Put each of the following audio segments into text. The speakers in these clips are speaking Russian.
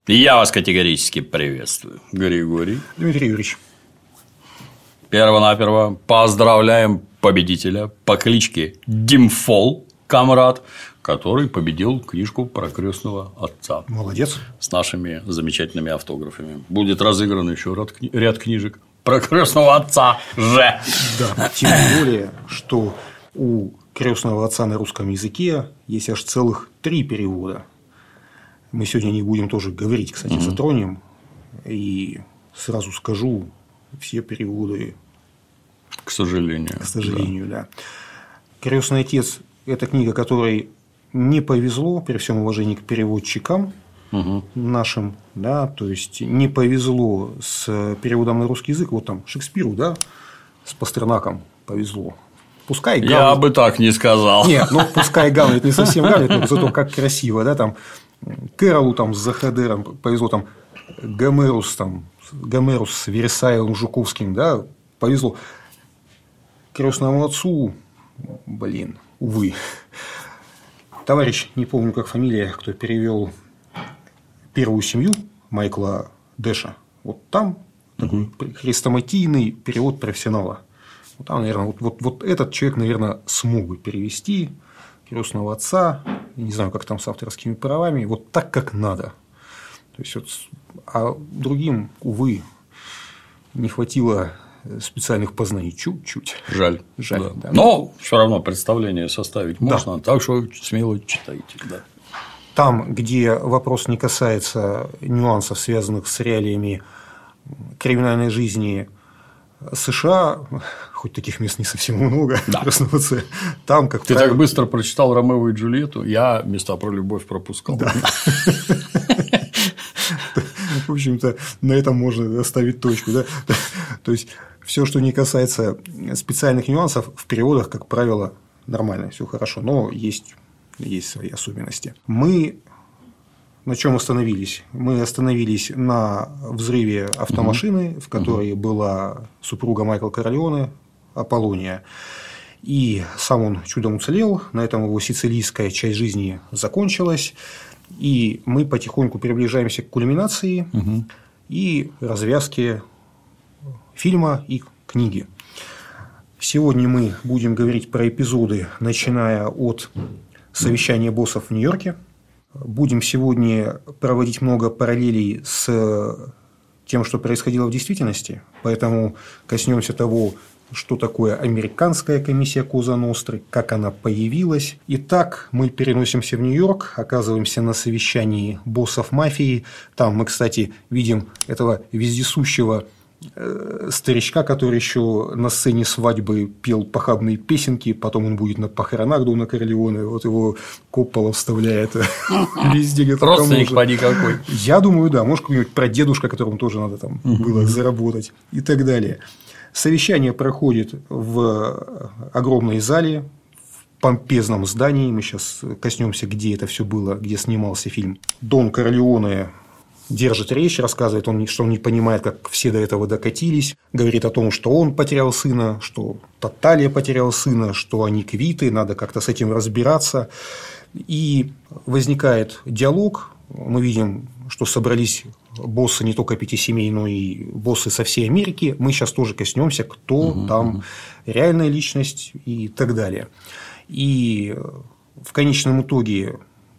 Я вас категорически приветствую, Григорий. Дмитрий Юрьевич. Первонаперво поздравляем победителя по кличке Димфол, комрад, который победил книжку про крестного отца. Молодец. С нашими замечательными автографами. Будет разыгран еще ряд книжек про крестного отца же. Да, тем более, что у крестного отца на русском языке есть аж целых 3 перевода. Мы сегодня не будем тоже говорить, кстати, затронем. И сразу скажу, все переводы. К сожалению. Да. «Крестный отец» – это книга, которой не повезло, при всем уважении к переводчикам нашим, да, то есть не повезло с переводом на русский язык. Вот там Шекспиру, да, с Пастернаком повезло. Пускай Гамлет... Я бы так не сказал. Нет, ну пускай Гамлет не совсем Гамлет, но зато как красиво, да, там Кэролу там с Захадером повезло, там Гомерус с Версаевым Жуковским, да, повезло. Крестному отцу, увы. Товарищ, не помню, как фамилия, кто перевел «Первую семью» Майкла Дэша. Вот там такой хрестоматийный перевод профессионала. Вот там, наверное, вот этот человек, наверное, смог бы перевести крестного отца, не знаю, как там с авторскими правами, вот так, как надо. То есть, а другим, увы, не хватило специальных познаний чуть-чуть. Жаль. Да. Но все равно представление составить можно, так что смело читайте. Да. Там, где вопрос не касается нюансов, связанных с реалиями криминальной жизни США, хоть таких мест не совсем много, там, как Ты так быстро прочитал «Ромео и Джульетту», я места про любовь пропускал. Да. В общем-то, на этом можно ставить точку. Да? То есть, все, что не касается специальных нюансов, в переводах, как правило, нормально, все хорошо, но есть свои особенности. Мы на чем остановились? Мы остановились на взрыве автомашины, в которой была супруга Майкла Королеоне, Аполлония. И сам он чудом уцелел, на этом его сицилийская часть жизни закончилась. И мы потихоньку приближаемся к кульминации и развязке фильма и книги. Сегодня мы будем говорить про эпизоды, начиная от совещания боссов в Нью-Йорке. Будем сегодня проводить много параллелей с тем, что происходило в действительности, поэтому коснемся того, что такое американская комиссия Коза Ностры, как она появилась. Итак, мы переносимся в Нью-Йорк, оказываемся на совещании боссов мафии. Там мы, кстати, видим этого вездесущего старичка, который еще на сцене свадьбы пел похабные песенки, потом он будет на похоронах Дона Корлеоне, вот его Коппола вставляет везде. Родственник поди какой. Я думаю, да, может, какой-нибудь прадедушка, которому тоже надо там было заработать и так далее. Совещание проходит в огромной зале, в помпезном здании. Мы сейчас коснемся, где это все было, где снимался фильм. Дон Корлеоне держит речь, рассказывает, что он не понимает, как все до этого докатились. Говорит о том, что он потерял сына, что Таталья потерял сына, что они квиты, надо как-то с этим разбираться. И возникает диалог. Мы видим, что собрались боссы не только 5 семей, но и боссы со всей Америки. Мы сейчас тоже коснемся, кто там реальная личность и так далее. И в конечном итоге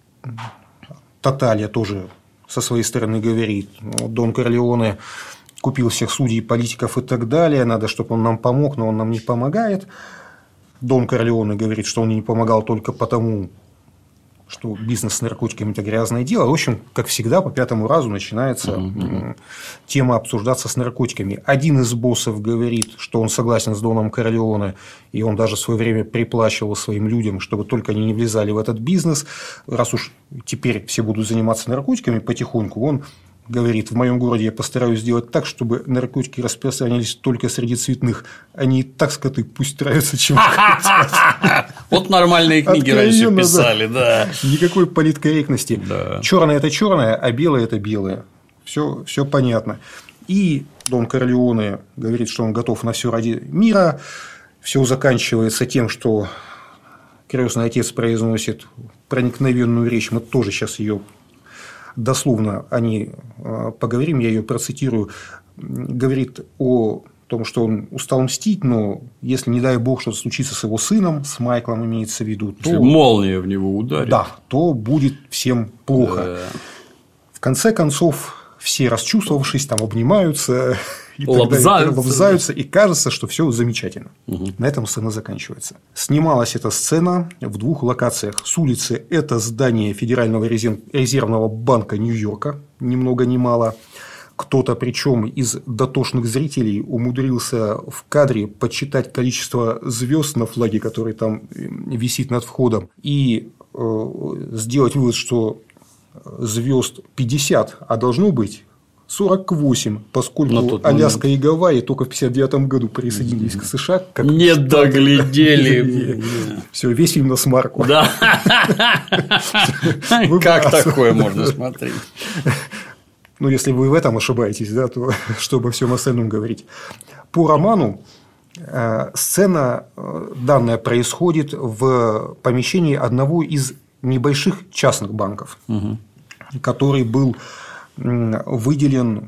Таталья тоже со своей стороны говорит: Дон Корлеоне купил всех судей, политиков и так далее, надо, чтобы он нам помог, но он нам не помогает. Дон Корлеоне говорит, что он не помогал только потому, что бизнес с наркотиками – это грязное дело. В общем, как всегда, по 5-му разу начинается тема обсуждаться с наркотиками. Один из боссов говорит, что он согласен с Доном Корлеоне, и он даже в свое время приплачивал своим людям, чтобы только они не влезали в этот бизнес. Раз уж теперь все будут заниматься наркотиками потихоньку, он говорит: в моем городе я постараюсь сделать так, чтобы наркотики распространялись только среди цветных. Они и так, скоты, пусть травятся, чем хотят. Вот нормальные книги раньше писали, да. Никакой политкорректности. Черное – это черное, а белое – это белое. Все понятно. И Дон Корлеоне говорит, что он готов на все ради мира. Все заканчивается тем, что крестный отец произносит проникновенную речь. Мы тоже сейчас ее дословно они поговорим, я ее процитирую, говорит о том, что он устал мстить, но если, не дай бог, что-то случится с его сыном, с Майклом имеется в виду, то… Если молния в него ударит. Да, то будет всем плохо. Да. В конце концов, все, расчувствовавшись, там обнимаются и лобзаются, и кажется, что все замечательно. На этом сцена заканчивается. Снималась эта сцена в 2 локациях. С улицы это здание Федерального резервного банка Нью-Йорка, ни много ни мало. Кто-то, причем из дотошных зрителей, умудрился в кадре подсчитать количество звезд на флаге, который там висит над входом, и сделать вывод, что звезд 50, а должно быть 48, поскольку Аляска и Гавайи только в 1959 году присоединились к США. Не доглядели. Все, весь фильм на смарку. Да. Как такое можно смотреть? Ну, если вы в этом ошибаетесь, да, то что обо всем остальном говорить. По роману сцена данная происходит в помещении одного из небольших частных банков, который был выделен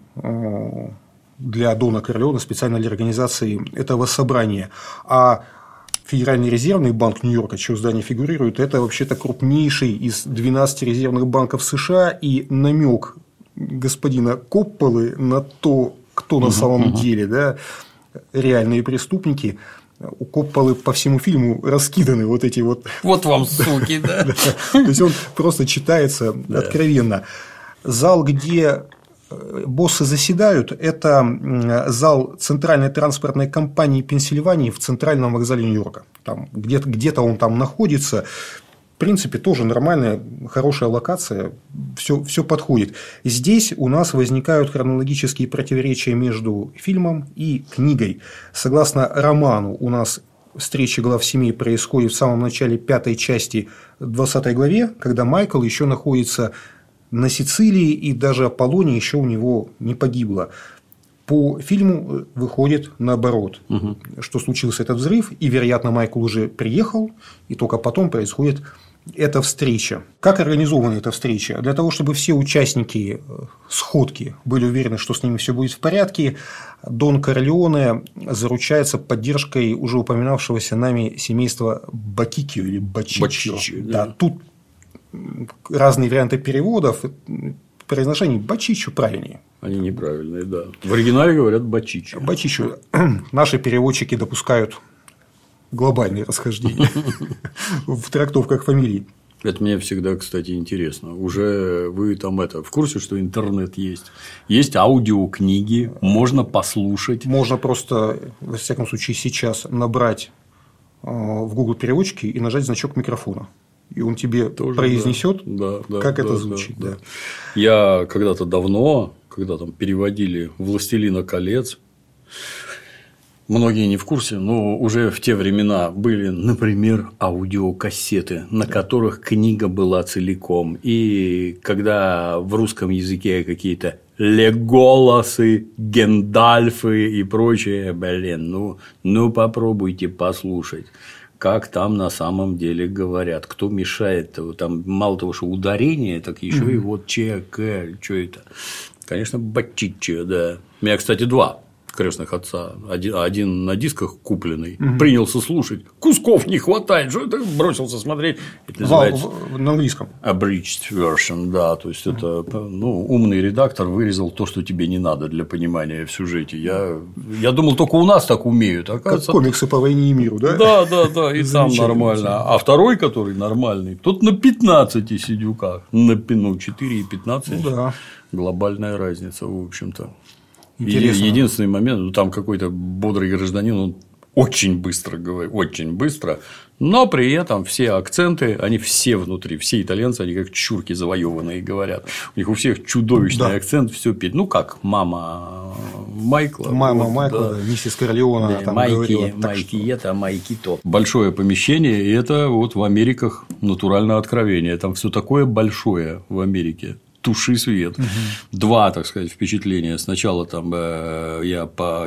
для Дона Корлеоне специально для организации этого собрания. А Федеральный резервный банк Нью-Йорка, чье здание фигурирует, это вообще-то крупнейший из 12 резервных банков США, и намек господина Копполы на то, кто на самом деле, да, реальные преступники. У Копполы по всему фильму раскиданы вот эти вот… Вот вам суки, да? То есть он просто читается откровенно. Зал, где боссы заседают, это зал Центральной транспортной компании Пенсильвании в центральном вокзале Нью-Йорка. Там где-то он там находится. В принципе, тоже нормальная, хорошая локация, все подходит. Здесь у нас возникают хронологические противоречия между фильмом и книгой. Согласно роману, у нас встреча глав семей происходит в самом начале 5 части 20 главе, когда Майкл еще находится на Сицилии, и даже Аполлония еще у него не погибла. По фильму выходит наоборот, что случился этот взрыв, и, вероятно, Майкл уже приехал, и только потом происходит эта встреча. Как организована эта встреча? Для того, чтобы все участники сходки были уверены, что с ними все будет в порядке, Дон Корлеоне заручается поддержкой уже упоминавшегося нами семейства Баккиччо или Бачиччо. Да, тут разные варианты переводов. Произношение Бачиччо правильнее. Они неправильные, да. В оригинале говорят Бачиччо. Бачиччо. Наши переводчики допускают глобальные расхождения в трактовках фамилий. Это мне всегда, кстати, интересно. Уже вы там в курсе, что интернет есть? Есть аудиокниги, можно послушать. Можно просто, во всяком случае, сейчас набрать в Google переводчике и нажать значок микрофона. И он тебе тоже произнесет, как это звучит. Да. Я когда-то давно, когда там переводили «Властелина колец», многие не в курсе, но уже в те времена были, например, аудиокассеты, на которых книга была целиком. И когда в русском языке какие-то Леголасы, Гендальфы и прочее, ну попробуйте послушать. Как там на самом деле говорят, кто мешает, там мало того, что ударение, так еще и вот ЧК, что это? Конечно, Бачиччо, да. У меня, кстати, 2 крестных отца, один на дисках купленный, принялся слушать, кусков не хватает, что это, бросился смотреть. Это называется на английском. Abridged version, да, то есть это умный редактор вырезал то, что тебе не надо для понимания в сюжете. Я думал, только у нас так умеют, оказывается. Как комиксы по «Войне и миру», да? Да, и там нормально. А второй, который нормальный, тот на 15 сидюках, на 4 и 15. Да. Глобальная разница, в общем-то. Интересно. Единственный момент, там какой-то бодрый гражданин, он очень быстро говорит, очень быстро, но при этом все акценты, они все внутри, все итальянцы, они как чурки завоеванные говорят. У них у всех чудовищный акцент, все петь. Ну как мама Майкла. Мама Майкла, да. Миссис Корлеоне там говорила. Майки это, майки то. Большое помещение, и это вот в Америках натуральное откровение. Там все такое большое в Америке. Туши свет. 2, так сказать, впечатления. Сначала там я по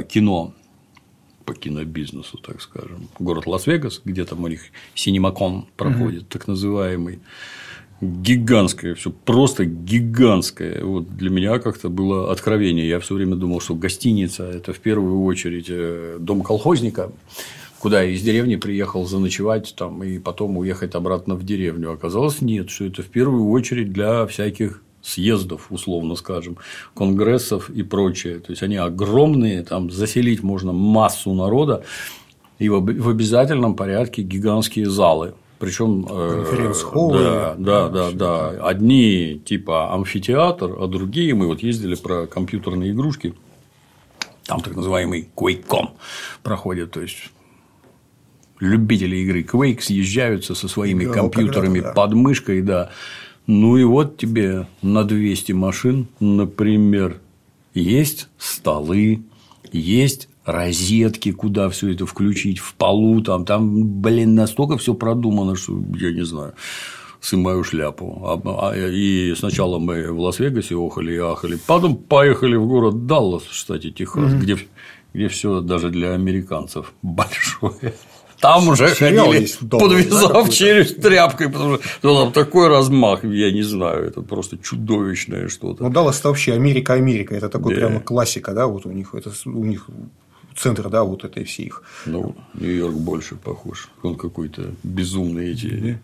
кинобизнесу, так скажем, город Лас-Вегас, где там у них CinemaCon проходит, так называемый. гигантское, все просто гигантское. Вот для меня как-то было откровение. Я все время думал, что гостиница – это в первую очередь дом колхозника, куда я из деревни приехал заночевать там, и потом уехать обратно в деревню. Оказалось, нет, что это в первую очередь для всяких съездов, условно скажем, конгрессов и прочее. То есть они огромные, там заселить можно массу народа, и в обязательном порядке гигантские залы. Причем конференц-холлы. Да. Одни типа амфитеатр, а другие мы вот ездили про компьютерные игрушки. Там так называемый QuakeCon проходит, то есть любители игры Quake съезжаются со своими компьютерами под мышкой, да. Ну и вот тебе на 200 машин, например, есть столы, есть розетки, куда все это включить, в полу, там, настолько все продумано, что я не знаю, сымаю шляпу. И сначала мы в Лас-Вегасе охали и ахали, потом поехали в город Даллас, кстати, Техас, где все даже для американцев большое. Там уже ходили, подвязав челюсть тряпкой, потому что там такой размах, я не знаю, это просто чудовищное что-то. Ну, Даллас – это вообще Америка, это такой прямо классика, да, вот у них центр, да, вот этой всей их. Ну, Нью-Йорк больше похож, он какой-то безумный эти.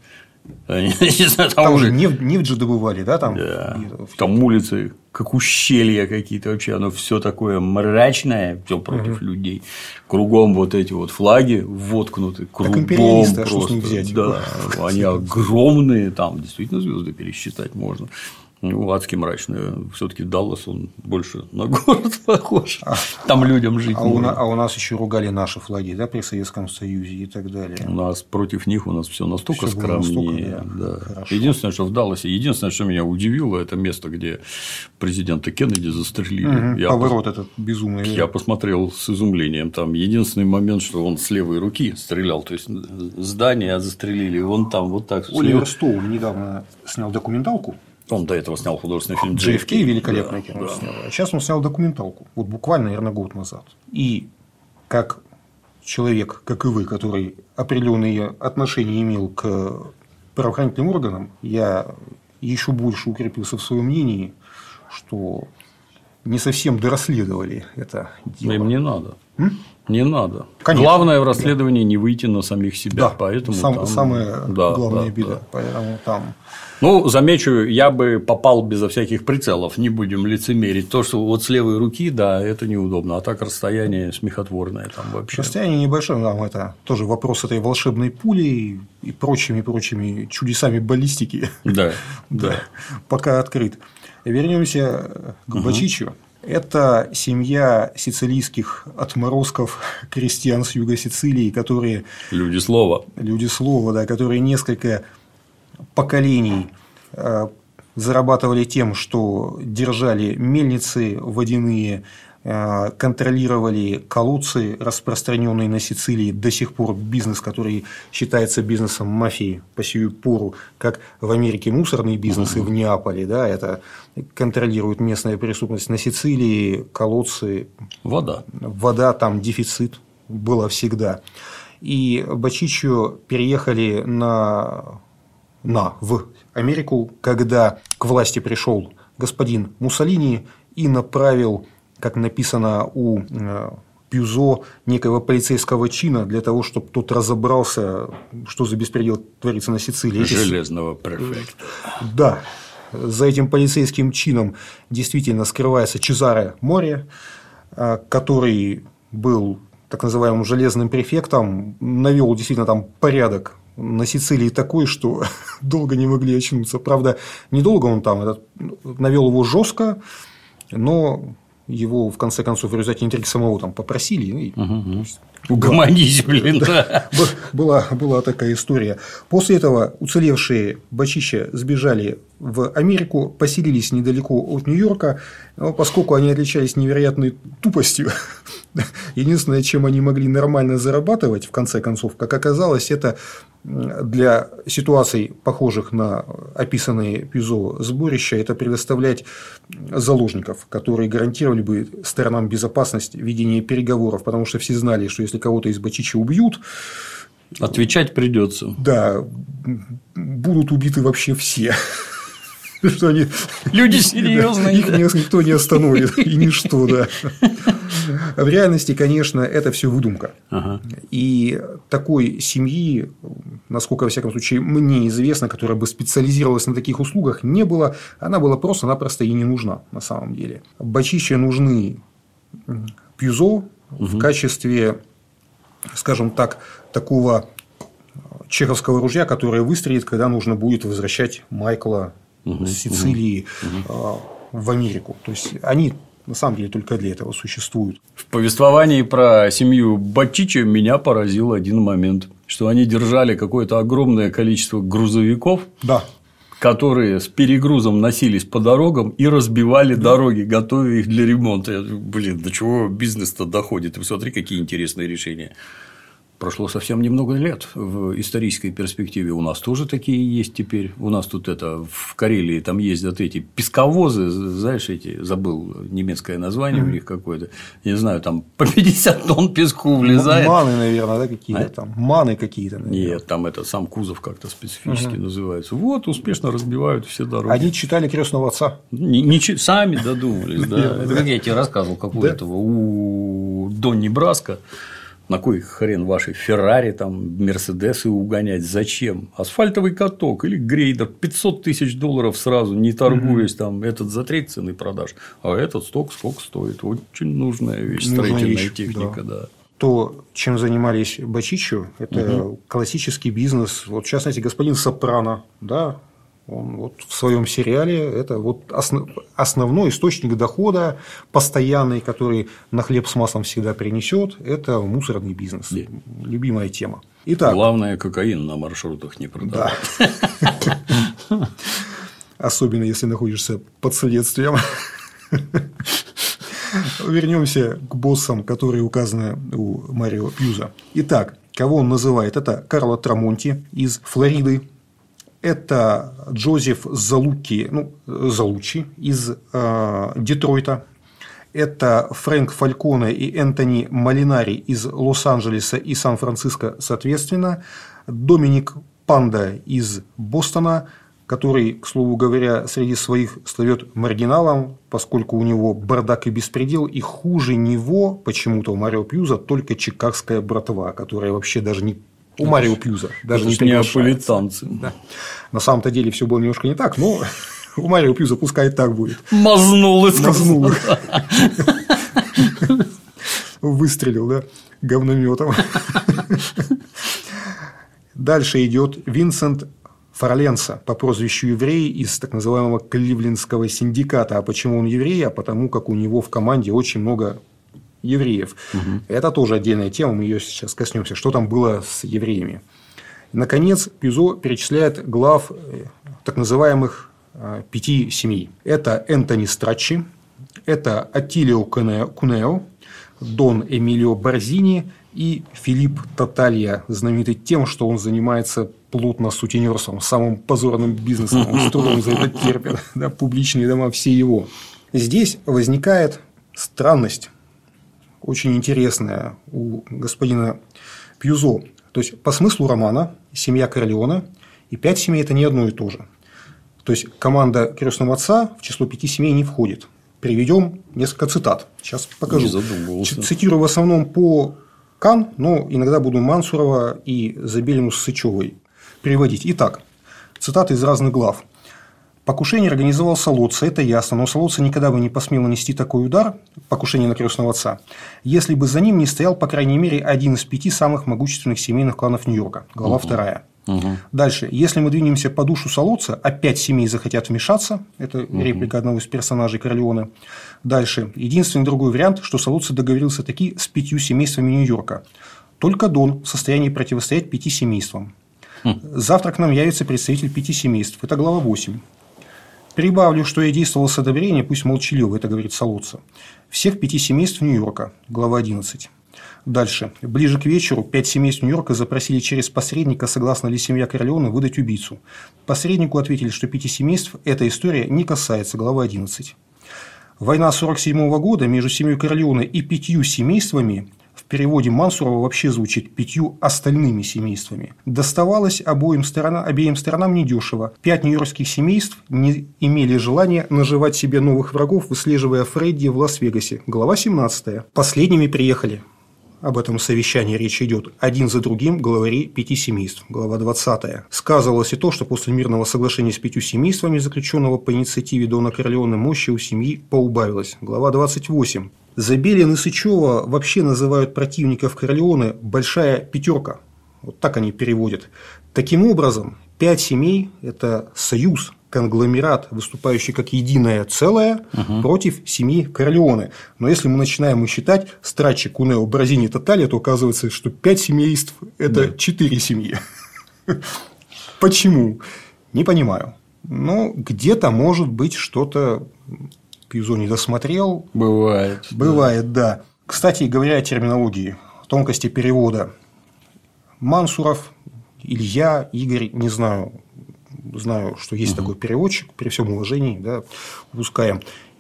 Не знаю, там уже нефть же добывали, да, там? Да. Там улицы, как ущелья какие-то вообще, оно все такое мрачное, все против людей. Кругом вот эти вот флаги воткнуты, кругом империалисты, просто. Что с них взять? Да, они огромные, там действительно звезды пересчитать можно. Ну, адски мрачное. Все-таки Даллас, он больше на город похож. Там людям жить можно. А у нас еще ругали наши флаги, да, при Советском Союзе и так далее. У нас против них все настолько скромнее. Да. Единственное, что в Далласе, что меня удивило, это место, где президента Кеннеди застрелили. Поворот этот безумный. Я посмотрел с изумлением. Там единственный момент, что он с левой руки стрелял, то есть здание застрелили, вон там вот так. Оливер Стоун недавно снял документалку. Он до этого снял художественный фильм JFK великолепное кино снял. А сейчас он снял документалку. Вот буквально, наверное, год назад. И как человек, как и вы, который определенные отношения имел к правоохранительным органам, я еще больше укрепился в своем мнении, что не совсем дорасследовали это дело. Им не надо. Не надо. Конечно. Главное в расследовании не выйти на самих себя. Да, поэтому самая главная беда. Поэтому там. Ну, замечу, я бы попал безо всяких прицелов, не будем лицемерить. То, что вот с левой руки, да, это неудобно, а так расстояние смехотворное там вообще. Расстояние небольшое, там это тоже вопрос этой волшебной пули и прочими чудесами баллистики. Да. Пока открыт. Вернемся к Бачичу. Это семья сицилийских отморозков, крестьян с юга Сицилии, которые… Люди слова, да, которые несколько поколений зарабатывали тем, что держали мельницы водяные, контролировали колодцы, распространенные на Сицилии, до сих пор бизнес, который считается бизнесом мафии по сию пору, как в Америке мусорные бизнесы в Неаполе, да, это контролирует местная преступность, на Сицилии колодцы, вода там дефицит было всегда. И Бачичо переехали в Америку, когда к власти пришел господин Муссолини и направил, как написано у Пьюзо, некого полицейского чина для того, чтобы тот разобрался, что за беспредел творится на Сицилии. Железного префекта. Да. За этим полицейским чином действительно скрывается Чезаре Море, который был так называемым железным префектом, навел действительно там порядок на Сицилии такой, что долго не могли очнуться. Правда, недолго он там навел его жестко, но его, в конце концов, в результате интриги самого там попросили. Угомонись, блин, да. Была такая история. После этого уцелевшие Бачичо сбежали в Америку, поселились недалеко от Нью-Йорка, но поскольку они отличались невероятной тупостью, единственное, чем они могли нормально зарабатывать, в конце концов, как оказалось, это для ситуаций, похожих на описанные Пьюзо сборища, это предоставлять заложников, которые гарантировали бы сторонам безопасность ведения переговоров, потому что все знали, что если кого-то из Бачичо убьют, Отвечать придется. Да, будут убиты вообще все. Что они... Люди серьезные. Их никто не остановит, и ничто, да. В реальности, конечно, это все выдумка. И такой семьи, насколько, во всяком случае, мне известно, которая бы специализировалась на таких услугах, не было. Она была просто-напросто и не нужна на самом деле. Бочище нужны Пьюзо в качестве, скажем так, такого чеховского ружья, которое выстрелит, когда нужно будет возвращать Майкла с Сицилии в Америку. То есть они на самом деле только для этого существуют. В повествовании про семью Бочиччо меня поразил один момент, что они держали какое-то огромное количество грузовиков, да, которые с перегрузом носились по дорогам и разбивали дороги, готовя их для ремонта. Блин, до чего бизнес-то доходит? Вы смотри, какие интересные решения. Прошло совсем немного лет в исторической перспективе. У нас тоже такие есть теперь. У нас тут в Карелии там ездят эти песковозы, знаешь, забыл немецкое название у них какое-то. Не знаю, там по 50 тонн песку влезает. Маны, наверное, да, какие-то там. Маны какие-то. Наверное. Нет, там сам кузов как-то специфически называется. Вот, успешно разбивают все дороги. Они читали «Крестного отца». Сами додумались, да. Это как я тебе рассказывал, какого этого у Донни Браско. На кой хрен ваши Феррари, там, Мерседесы угонять? Зачем? Асфальтовый каток или грейдер $500 тысяч сразу, не торгуясь, там, этот за треть цены продаж, а этот сколько стоит. Очень нужная вещь, строительная техника, да. То, чем занимались Бочиччо, это классический бизнес. Вот, в частности, господин Сопрано, да, он вот в своем сериале это вот основной источник дохода постоянный, который на хлеб с маслом всегда принесет, это мусорный бизнес. Любимая тема. Итак, главное, кокаин на маршрутах не продавать. Да. Особенно если находишься под следствием. Вернемся к боссам, которые указаны у Марио Пьюзо. Итак, кого он называет? Это Карло Трамонти из Флориды. Это Джозеф Залуччи из Детройта. Это Фрэнк Фальконе и Энтони Малинари из Лос-Анджелеса и Сан-Франциско, соответственно. Доминик Панда из Бостона, который, к слову говоря, среди своих славет маргиналом, поскольку у него бардак и беспредел, и хуже него почему-то у Марио Пьюзо только чикагская братва, которая вообще даже не... У Марио Пьюзо даже не неаполитанцы. Да. На самом-то деле все было немножко не так, но у Марио Пьюзо пускай так будет. Мазнул. Выстрелил, да, говнометом. Дальше идет Винсент Форленса по прозвищу Еврей из так называемого Кливлендского синдиката. А почему он еврей? А потому как у него в команде очень много евреев. Это тоже отдельная тема, мы ее сейчас коснемся. Что там было с евреями? Наконец, Пьюзо перечисляет глав так называемых 5 семей. Это Энтони Страччи, это Аттилио Кунео, Дон Эмилио Борзини и Филипп Таталья, знаменитый тем, что он занимается плотно сутенерством, самым позорным бизнесом. Он с трудом за это терпит. Да, публичные дома все его. Здесь возникает странность, очень интересная у господина Пьюзо. То есть, по смыслу романа, семья Корлеоне и 5 семей – это не одно и то же. То есть, команда «Крестного отца» в число 5 семей не входит. Приведем несколько цитат. Сейчас покажу. Цитирую в основном по Кан, но иногда буду Мансурова и Забелину с Сычевой приводить. Итак, цитаты из разных глав. Покушение организовал Солоца, это ясно, но Солоца никогда бы не посмел нанести такой удар, покушение на крестного отца, если бы за ним не стоял, по крайней мере, один из 5 самых могущественных семейных кланов Нью-Йорка. Глава 2. Дальше. Если мы двинемся по душу Солоца, а 5 семей захотят вмешаться, это реплика одного из персонажей Корлеоне. Дальше. Единственный другой вариант, что Солоца договорился таки с 5 семействами Нью-Йорка. Только Дон в состоянии противостоять 5 семействам. Завтра к нам явится представитель 5 семейств. Это глава 8. Прибавлю, что я действовал с одобрения, пусть молчаливо, это говорит Солоца. Всех 5 семейств Нью-Йорка. Глава 11. Дальше. Ближе к вечеру 5 семейств Нью-Йорка запросили через посредника, согласна ли семья Корлеоне выдать убийцу. Посреднику ответили, что 5 семейств эта история не касается. Глава 11. Война 1947 года между семьей Корлеоне и 5 семействами в переводе Мансурова вообще звучит 5 остальными семействами. Доставалось обеим сторонам недешево. 5 нью-йоркских семейств не имели желания наживать себе новых врагов, выслеживая Фредди в Лас-Вегасе. Глава 17. Последними приехали. Об этом совещании речь идет. Один за другим главари 5 семейств. Глава 20. Сказывалось и то, что после мирного соглашения с 5 семействами, заключенного по инициативе Дона Корлеоне, мощи у семьи поубавилось. Глава 28. Забелин и Сычева вообще называют противников Корлеоне «большая пятерка». Вот так они переводят. Таким образом, 5 семей – это союз, конгломерат, выступающий как единое целое против семьи Корлеоне. Но если мы начинаем считать Страччи, Кунео, Бразини, Тотали, то оказывается, что 5 семейств – это 4 семьи. Почему? Не понимаю. Но где-то может быть что-то Пьюзо не досмотрел. Бывает. Бывает, да. Кстати, говоря о терминологии, тонкости перевода. Мансуров, Илья, Игорь, не знаю, что есть такой переводчик, при всем уважении, да, выпускаем.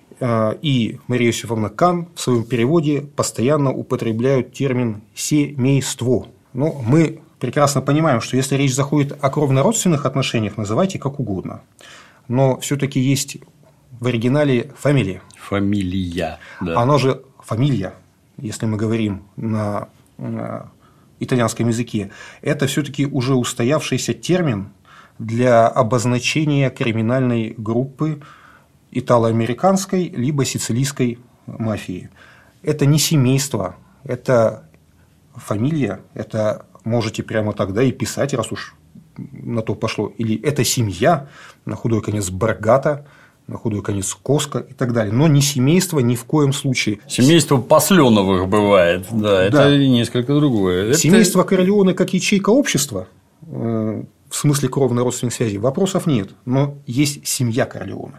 И Мария Иосифовна Кан в своем переводе постоянно употребляют термин «семейство». Но мы прекрасно понимаем, что если речь заходит о кровно-родственных отношениях, называйте как угодно. Но все-таки есть в оригинале фамилия. Фамилия. Да. Оно же фамилия, если мы говорим на итальянском языке. Это все-таки уже устоявшийся термин для обозначения криминальной группы итало-американской либо сицилийской мафии. Это не семейство, это фамилия, это можете прямо тогда и писать, раз уж на то пошло. Или это семья, на худой конец Брагата, на худой конец Коска и так далее. Но не семейство ни в коем случае. Семейство Посленовых бывает, да, это несколько другое. Семейство Корлеоне как ячейка общества, в смысле кровно-родственных связей, вопросов нет. Но есть семья Корлеоне.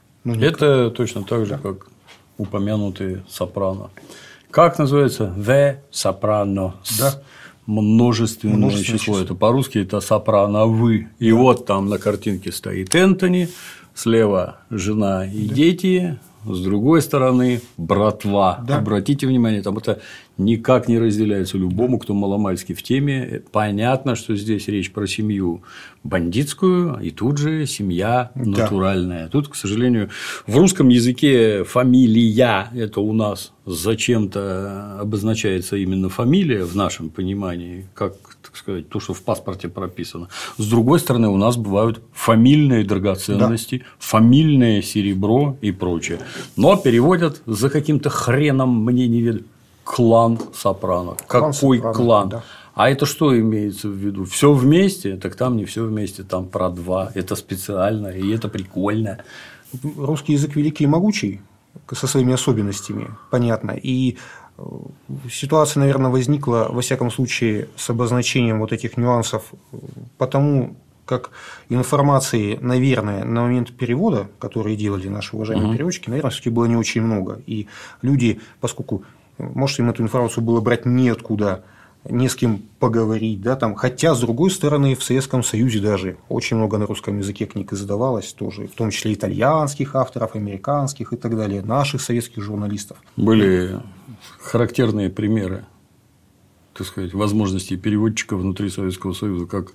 Это точно так же, как упомянутые Сопрано. Как называется? The Sopranos. Да. Множественное число. Это по-русски это сопрановы. И вот там на картинке стоит Энтони, слева жена и дети, с другой стороны братва. Да. Обратите внимание, там это никак не разделяется любому, кто маломальски в теме. Понятно, что здесь речь про семью бандитскую, и тут же семья натуральная. Тут, к сожалению, в русском языке фамилия – это у нас зачем-то обозначается именно фамилия в нашем понимании, как, так сказать, то, что в паспорте прописано. С другой стороны, у нас бывают фамильные драгоценности, фамильное серебро и прочее. Но переводят за каким-то хреном, мне неведомо, клан Сопрано. Какой клан? Да. А это что имеется в виду? Все вместе? Так там не все вместе, там про два. Это специально, и это прикольно. Русский язык великий и могучий, со своими особенностями, понятно. И ситуация, наверное, возникла, во всяком случае, с обозначением вот этих нюансов, потому как информации, наверное, на момент перевода, которые делали наши уважаемые переводчики, наверное, все-таки было не очень много. И люди, поскольку, может, им эту информацию было брать неоткуда, не с кем поговорить, да, там, хотя, с другой стороны, в Советском Союзе даже очень много на русском языке книг издавалось тоже, в том числе итальянских авторов, американских и так далее, наших советских журналистов. Были характерные примеры, так сказать, возможностей переводчика внутри Советского Союза, как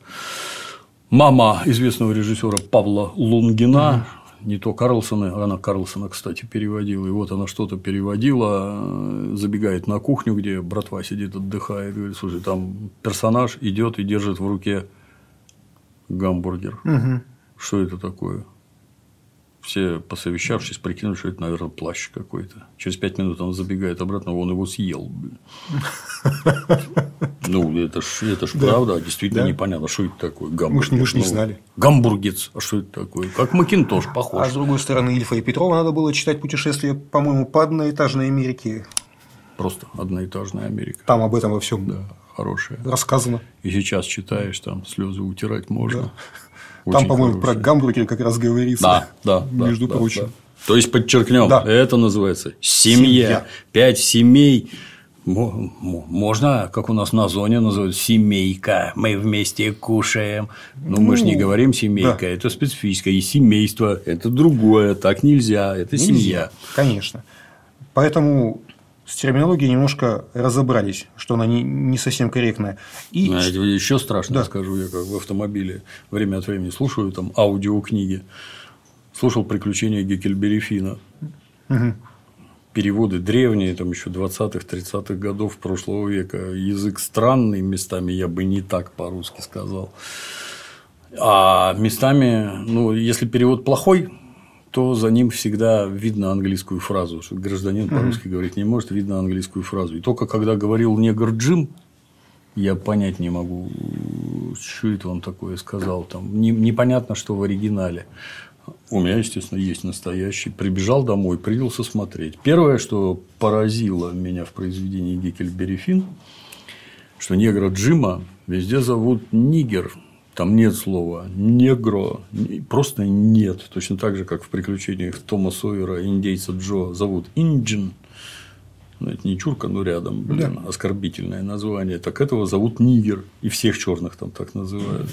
мама известного режиссера Павла Лунгина, не то Карлсона, она Карлсона, кстати, переводила, и вот она что-то переводила, забегает на кухню, где братва сидит, отдыхает, говорит: слушай, там персонаж идет и держит в руке гамбургер. Что это такое? Все, посовещавшись, прикинули, что это, наверное, плащ какой-то. Через 5 минут он забегает обратно, он его съел. Ну, это ж правда, действительно непонятно, что это такое. Гамбургер. Мы ж не знали. Гамбургец, а что это такое? Как Макинтош похож. А с другой стороны, Ильфа и Петрова надо было читать «Путешествие», по-моему, по одноэтажной Америке. Просто одноэтажная Америка. Там об этом во всем хорошая. Рассказано. И сейчас читаешь, там слезы утирать можно. Да. Там, по-моему, про гамбургер как раз говорится. Да, между прочим. Да. То есть, подчеркнем, это называется семья. 5 семей. Можно, как у нас на зоне называют, семейка. Мы вместе кушаем. Но мы же не говорим семейка, это специфическое. И семейство – это другое. Так нельзя. Это семья. Конечно. Поэтому с терминологией немножко разобрались, что она не совсем корректная. И... еще страшно, скажу, я как в автомобиле время от времени слушаю там аудиокниги. Слушал «Приключения Гекльберри Финна». Угу. Переводы древние, там еще 20-х, 30-х годов прошлого века. Язык странный местами, я бы не так по-русски сказал. А местами, ну, если перевод плохой, то за ним всегда видно английскую фразу. Что гражданин по-русски говорить не может, видно английскую фразу. И только когда говорил негр Джим, я понять не могу, что это он такое сказал. Там непонятно, что в оригинале. У меня, естественно, есть настоящий. Прибежал домой, принялся смотреть. Первое, что поразило меня в произведении Гекльберри Финн, что негра Джима везде зовут нигер. Там нет слова негро, просто нет. Точно так же, как в «Приключениях Тома Сойера» индейца Джо зовут Инджин. Ну, это не чурка, но рядом, блин, оскорбительное название. Так этого зовут нигер. И всех черных там так называют.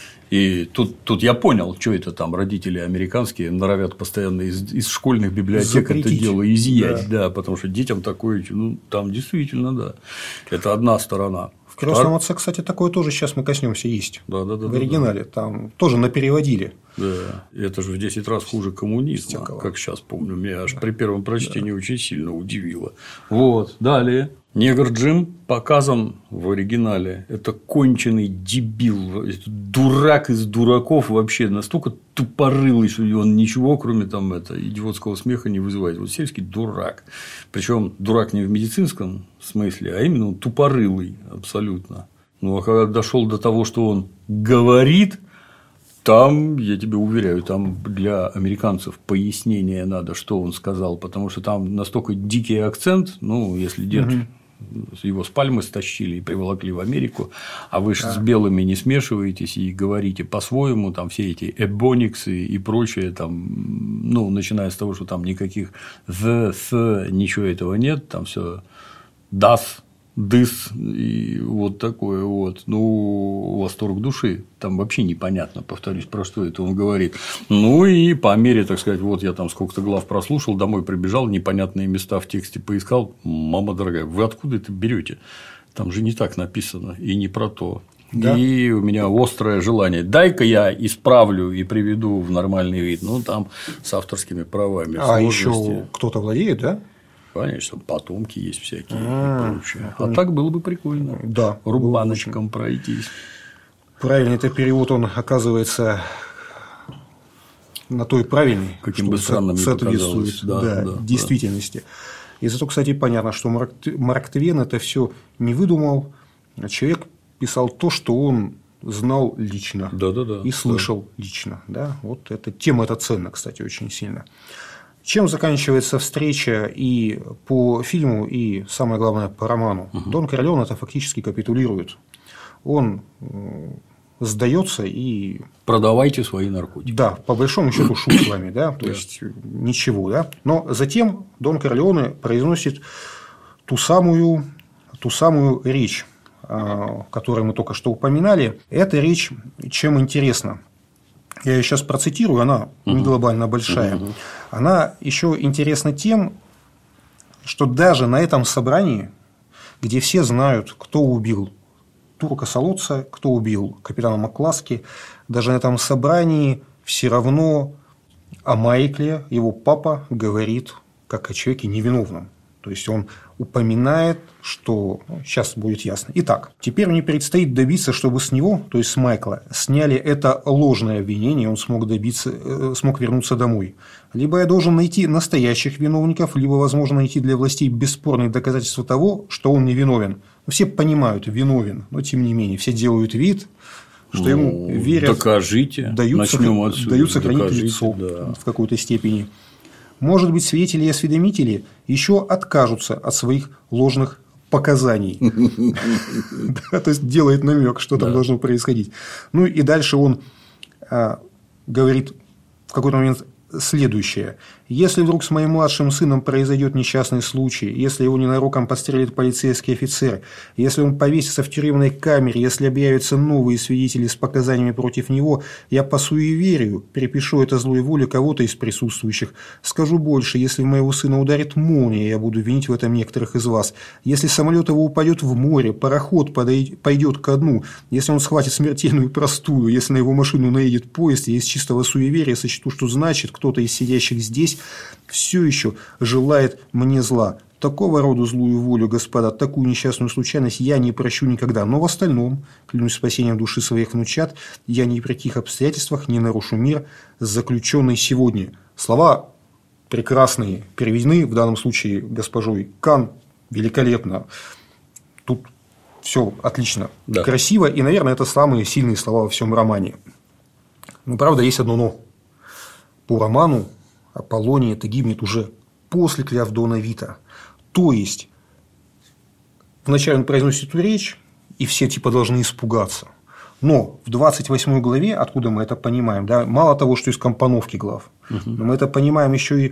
И тут я понял, что это там родители американские норовят постоянно из школьных библиотек это дело изъять, да, потому что детям такое, ну, там действительно, да, это одна сторона. В «Крестном отце», кстати, такое тоже сейчас мы коснемся есть. Да. В оригинале там тоже напереводили. Да, это же в 10 раз хуже коммунизма, как сейчас помню, меня аж при первом прочтении очень сильно удивило. Вот, далее. Негр Джим показан в оригинале. Это конченый дебил, дурак из дураков вообще, настолько тупорылый, что он ничего, кроме там идиотского смеха, не вызывает. Вот сельский дурак. Причем дурак не в медицинском смысле, а именно тупорылый абсолютно. Ну, а когда дошел до того, что он говорит, там, я тебе уверяю, там для американцев пояснение надо, что он сказал, потому что там настолько дикий акцент, ну, если дед его с пальмы стащили и приволокли в Америку, а вы же с белыми не смешиваетесь и говорите по-своему, там все эти эбониксы и прочее, там, ну, начиная с того, что там никаких ничего этого нет, там все das, дыс и вот такое вот, ну, восторг души, там вообще непонятно, повторюсь, про что это он говорит. Ну и по мере, так сказать, вот я там сколько-то глав прослушал, домой прибежал, непонятные места в тексте поискал, мама дорогая, вы откуда это берете? Там же не так написано и не про то. Да? И у меня острое желание, дай-ка я исправлю и приведу в нормальный вид, ну там с авторскими правами. А еще кто-то владеет, да? Конечно, потомки есть всякие и прочее. А так было бы прикольно. Да. Рубаночком пройтись. Правильный это перевод, он оказывается на той правильной, каким бы странным ни соответствует действительности. И зато, кстати, понятно, что Марк Твен это все не выдумал, а человек писал то, что он знал лично и слышал лично. Да? Вот эта тема это ценна, кстати, очень сильно. Чем заканчивается встреча и по фильму, и, самое главное, по роману? Дон Корлеоне это фактически капитулирует. Он сдается и… Продавайте свои наркотики. Да, по большому счету шут с вами, да, то есть ничего, да. Но затем Дон Корлеоне произносит ту самую речь, которую мы только что упоминали. Эта речь чем интересна? Я ее сейчас процитирую, она не глобально большая. Она еще интересна тем, что даже на этом собрании, где все знают, кто убил Турка Солоца, кто убил капитана Макласки, даже на этом собрании все равно о Майкле его папа говорит как о человеке невиновном. То есть он упоминает, что сейчас будет ясно. Итак, теперь мне предстоит добиться, чтобы с него, то есть с Майкла, сняли это ложное обвинение, и он смог вернуться домой. Либо я должен найти настоящих виновников, либо, возможно, найти для властей бесспорные доказательства того, что он невиновен. Все понимают, виновен, но тем не менее все делают вид, что ему верят. Докажите. Дают сохранить лицо в какой-то степени. Может быть, свидетели и осведомители еще откажутся от своих ложных показаний. То есть делает намек, что там должно происходить. Ну и дальше он говорит в какой-то момент: следующее. Если вдруг с моим младшим сыном произойдет несчастный случай, если его ненароком подстрелит полицейский офицер, если он повесится в тюремной камере, если объявятся новые свидетели с показаниями против него, я по суеверию перепишу это злой воле кого-то из присутствующих. Скажу больше, если моего сына ударит молния, я буду винить в этом некоторых из вас. Если самолет его упадет в море, пароход пойдет ко дну, если он схватит смертельную простуду, если на его машину наедет поезд, я из чистого суеверия сочту, что значит кто-то из сидящих здесь все еще желает мне зла. Такого рода злую волю, господа, такую несчастную случайность я не прощу никогда. Но в остальном, клянусь спасением души своих внучат, я ни при каких обстоятельствах не нарушу мир, заключенный сегодня. Слова прекрасные, переведены в данном случае госпожой Кан великолепно. Тут все отлично, да. Красиво, и, наверное, это самые сильные слова во всем романе. Но, правда, есть одно но. По роману Аполлония-то гибнет уже после клятв Дона Вита. То есть, вначале он произносит эту речь, и все типа должны испугаться. Но в 28 главе, откуда мы это понимаем, да, мало того, что из компоновки глав, но мы это понимаем еще и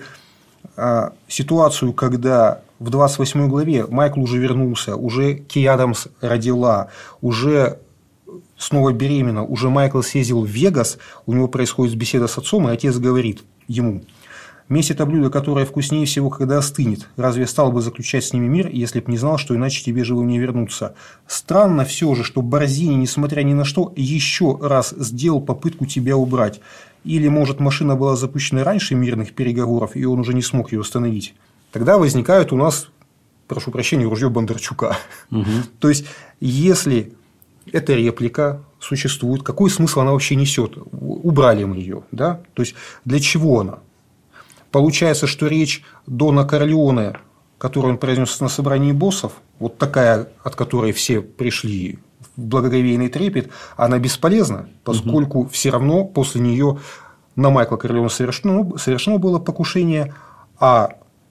ситуацию, когда в 28 главе Майкл уже вернулся, уже Кей Адамс родила, уже снова беременна, уже Майкл съездил в Вегас, у него происходит беседа с отцом, и отец говорит ему: «Месть – это блюдо, которое вкуснее всего, когда остынет. Разве я стал бы заключать с ними мир, если б не знал, что иначе тебе живым не вернуться? Странно все же, что Борзини, несмотря ни на что, еще раз сделал попытку тебя убрать. Или, может, машина была запущена раньше мирных переговоров, и он уже не смог ее остановить». Тогда возникает у нас, прошу прощения, ружье Бондарчука. То есть, если эта реплика существует, какой смысл она вообще несет? Убрали мы ее, да? То есть, для чего она? Получается, что речь Дона Корлеоне, которую он произнес на собрании боссов, вот такая, от которой все пришли в благоговейный трепет, она бесполезна, поскольку все равно после нее на Майкла Корлеоне совершено было покушение, а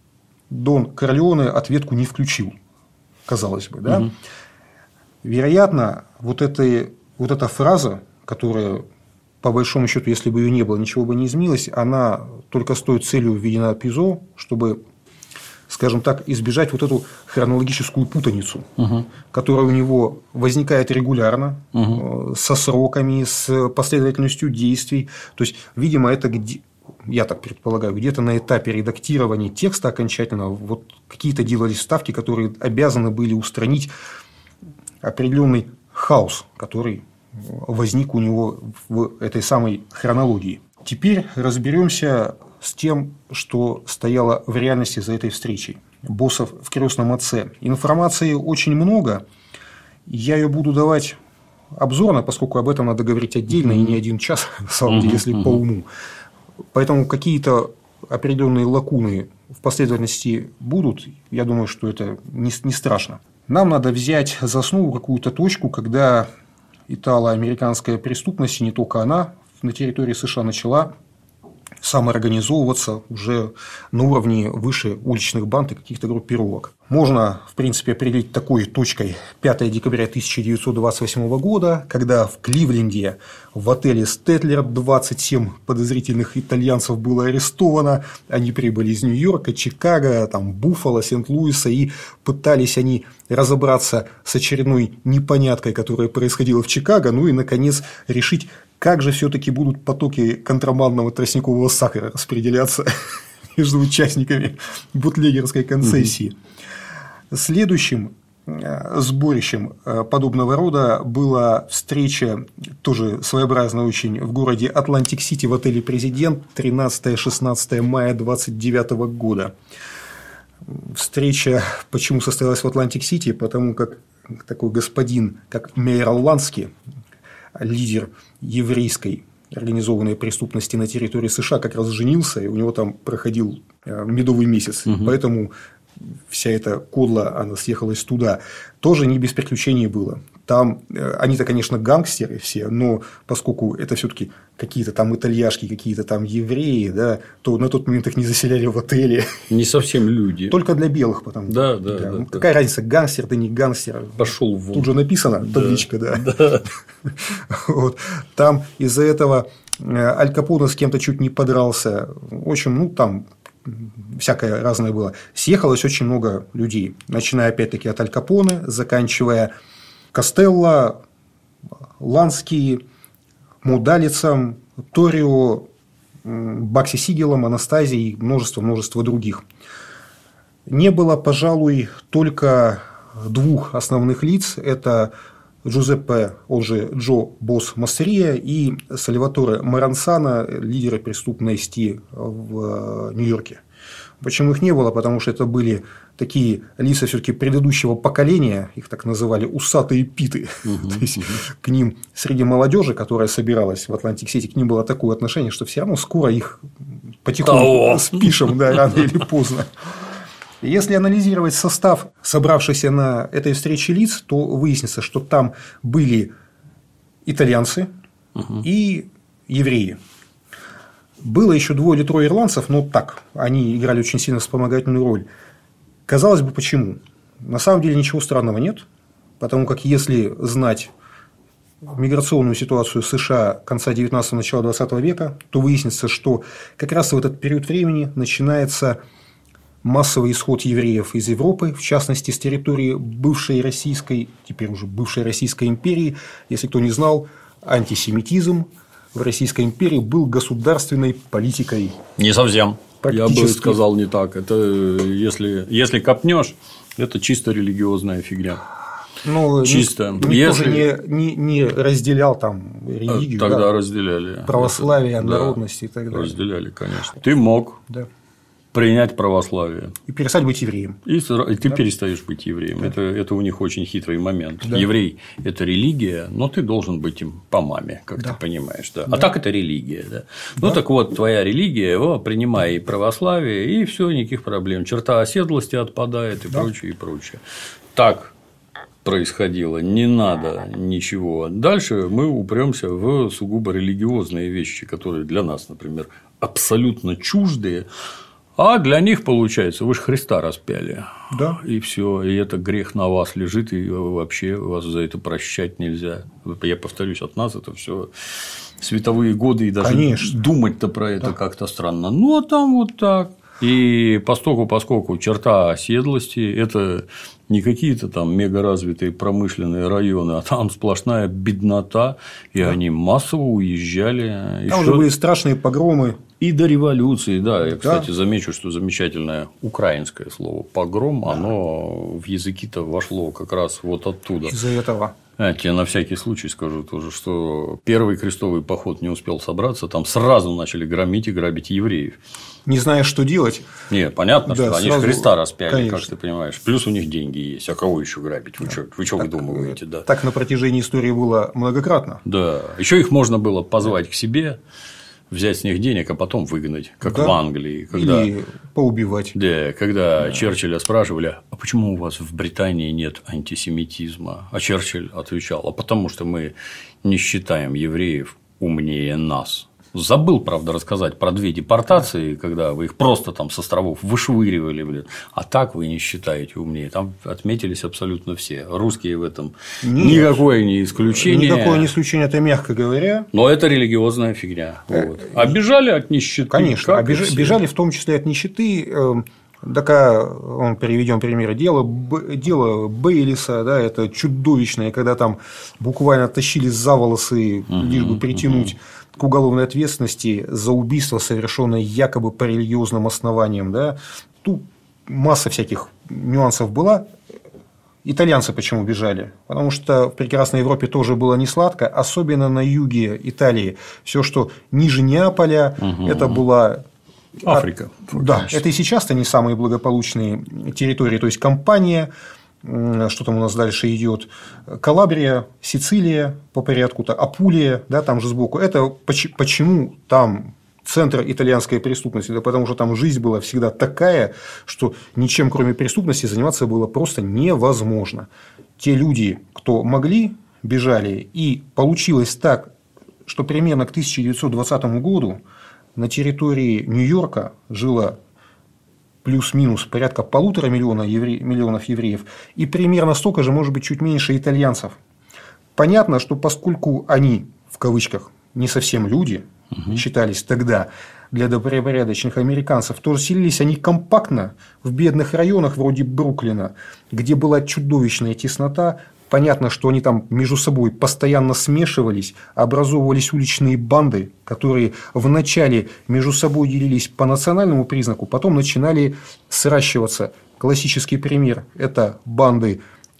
Дон Корлеоне ответку не включил, казалось бы. Да? Вероятно, вот эта фраза, которая, по большому счету, если бы ее не было, ничего бы не изменилось, она только с той целью введена Пизо, чтобы, скажем так, избежать вот эту хронологическую путаницу, которая у него возникает регулярно, со сроками, с последовательностью действий. То есть, видимо, это, я так предполагаю, где-то на этапе редактирования текста окончательно вот какие-то делались вставки, которые обязаны были устранить определенный хаос, который возник у него в этой самой хронологии. Теперь разберемся с тем, что стояло в реальности за этой встречей боссов в «Крестном отце». Информации очень много, я ее буду давать обзорно, поскольку об этом надо говорить отдельно и не один час, на самом деле, если по уму. Поэтому какие-то определенные лакуны в последовательности будут, я думаю, что это не страшно. Нам надо взять за основу какую-то точку, когда итало-американская преступность, и не только она, на территории США начала самоорганизовываться уже на уровне выше уличных банд и каких-то группировок. Можно, в принципе, определить такой точкой 5 декабря 1928 года, когда в Кливленде в отеле «Стэтлер» 27 подозрительных итальянцев было арестовано. Они прибыли из Нью-Йорка, Чикаго, Буффало, Сент-Луиса, и пытались они разобраться с очередной непоняткой, которая происходила в Чикаго, ну и, наконец, решить, как же все-таки будут потоки контрабандного тростникового сахара распределяться между участниками бутлегерской концессии. Следующим сборищем подобного рода была встреча, тоже своеобразная очень, в городе Атлантик-Сити в отеле «Президент» 13-16 мая 1929 года. Встреча почему состоялась в Атлантик-Сити? Потому как такой господин, как Мейер Лански, лидер еврейской организованной преступности на территории США, как раз женился, и у него там проходил медовый месяц. Поэтому вся эта кодла, она съехалась туда. Тоже не без приключений было. Там они-то, конечно, гангстеры все, но поскольку это все-таки какие-то там итальяшки, какие-то там евреи, да, то на тот момент их не заселяли в отеле. Не совсем люди. Только для белых, потому что. Да. Какая разница, гангстер ты не гангстер? Пошел вон. Тут же написано, табличка, да. Вот. Там из-за этого Аль Капоне с кем-то чуть не подрался. В общем, ну, там всякое разное было. Съехалось очень много людей, начиная опять-таки от Аль Капоне, заканчивая Костелло, Лански, Мудалицем, Торио, Бакси Сигелом, Анастазией и множество других. Не было, пожалуй, только двух основных лиц. Это Джузеппе, он же Джо Босс Массерия, и Сальваторе Маранцана, лидеры преступности в Нью-Йорке. Почему их не было? Потому что это были такие лица все-таки предыдущего поколения, их так называли усатые питы. То есть к ним среди молодежи, которая собиралась в Атлантик-Сити, к ним было такое отношение, что все равно скоро их потихоньку спишем, да, рано или поздно. Если анализировать состав собравшихся на этой встрече лиц, то выяснится, что там были итальянцы и евреи. Было еще 2 или 3 ирландцев, но так, они играли очень сильно вспомогательную роль. Казалось бы, почему? На самом деле ничего странного нет, потому как если знать миграционную ситуацию США конца 19-го, начала 20 века, то выяснится, что как раз в этот период времени начинается массовый исход евреев из Европы, в частности, с территории бывшей российской, теперь уже бывшей Российской империи. Если кто не знал, антисемитизм в Российской империи был государственной политикой. Не совсем. Я бы сказал не так. Это если копнешь, это чисто религиозная фигня. Ну, чисто. Никто же не разделял там религию. Тогда разделяли. Православие, народность и так далее. Разделяли, конечно. Ты мог принять православие. И перестать быть евреем. И ты перестаешь быть евреем. Да. Это у них очень хитрый момент. Да. Еврей – это религия, но ты должен быть им по маме, как ты понимаешь. Да? Да. А так это религия. Да? Да. Ну, так вот, твоя религия, принимай православие, и все, никаких проблем. Черта оседлости отпадает и прочее, и прочее. Так происходило, не надо ничего. Дальше мы упремся в сугубо религиозные вещи, которые для нас, например, абсолютно чуждые. А для них, получается, вы же Христа распяли. Да. И все. И это грех на вас лежит, и вообще вас за это прощать нельзя. Я повторюсь, от нас это все световые годы, и даже думать-то про это как-то странно. Ну, а там вот так. И поскольку черта оседлости – это не какие-то там мегаразвитые промышленные районы, а там сплошная беднота, и они массово уезжали. Там уже были страшные погромы. И до революции, да. Я, кстати, замечу, что замечательное украинское слово «погром», оно в языки-то вошло как раз вот оттуда. Из-за этого. Я тебе на всякий случай скажу тоже, что первый крестовый поход не успел собраться, там сразу начали громить и грабить евреев. Не зная, что делать. Нет, понятно, что они же Христа распяли, как ты понимаешь. Плюс у них деньги есть. А кого еще грабить? Вы что выдумываете? Да. Так на протяжении истории было многократно. Да. Еще их можно было позвать к себе, взять с них денег, а потом выгнать, как в Англии. Или поубивать. Да, когда Черчилля спрашивали, а почему у вас в Британии нет антисемитизма? А Черчилль отвечал, а потому что мы не считаем евреев умнее нас. Забыл, правда, рассказать про 2 депортации, когда вы их просто там с островов вышвыривали, а так вы не считаете умнее. Там отметились абсолютно все. Русские в этом никакое не исключение. Никакое не исключение, это мягко говоря. Но это религиозная фигня. А бежали от нищеты. Конечно, бежали в том числе от нищеты. Он приведем примеры дело Бейлиса, да, это чудовищное, когда там буквально тащили за волосы, лишь бы притянуть к уголовной ответственности за убийство, совершенное якобы по религиозным основаниям. Да. Тут масса всяких нюансов была. Итальянцы почему бежали? Потому что в прекрасной Европе тоже было не сладко, особенно на юге Италии. Все, что ниже Неаполя, это была Африка. Да, это и сейчас-то не самые благополучные территории. То есть Кампания, что там у нас дальше идет, Калабрия, Сицилия по порядку-то, Апулия, да, там же сбоку. Это почему там центр итальянской преступности? Да потому что там жизнь была всегда такая, что ничем кроме преступности заниматься было просто невозможно. Те люди, кто могли, бежали, и получилось так, что примерно к 1920 году на территории Нью-Йорка жило плюс-минус порядка 1,5 миллионов евреев, и примерно столько же, может быть, чуть меньше итальянцев. Понятно, что поскольку они, в кавычках, не совсем люди, считались тогда для добропорядочных американцев, то селились они компактно в бедных районах вроде Бруклина, где была чудовищная теснота. Понятно, что они там между собой постоянно смешивались, образовывались уличные банды, которые вначале между собой делились по национальному признаку, потом начинали сращиваться. Классический пример – это банды,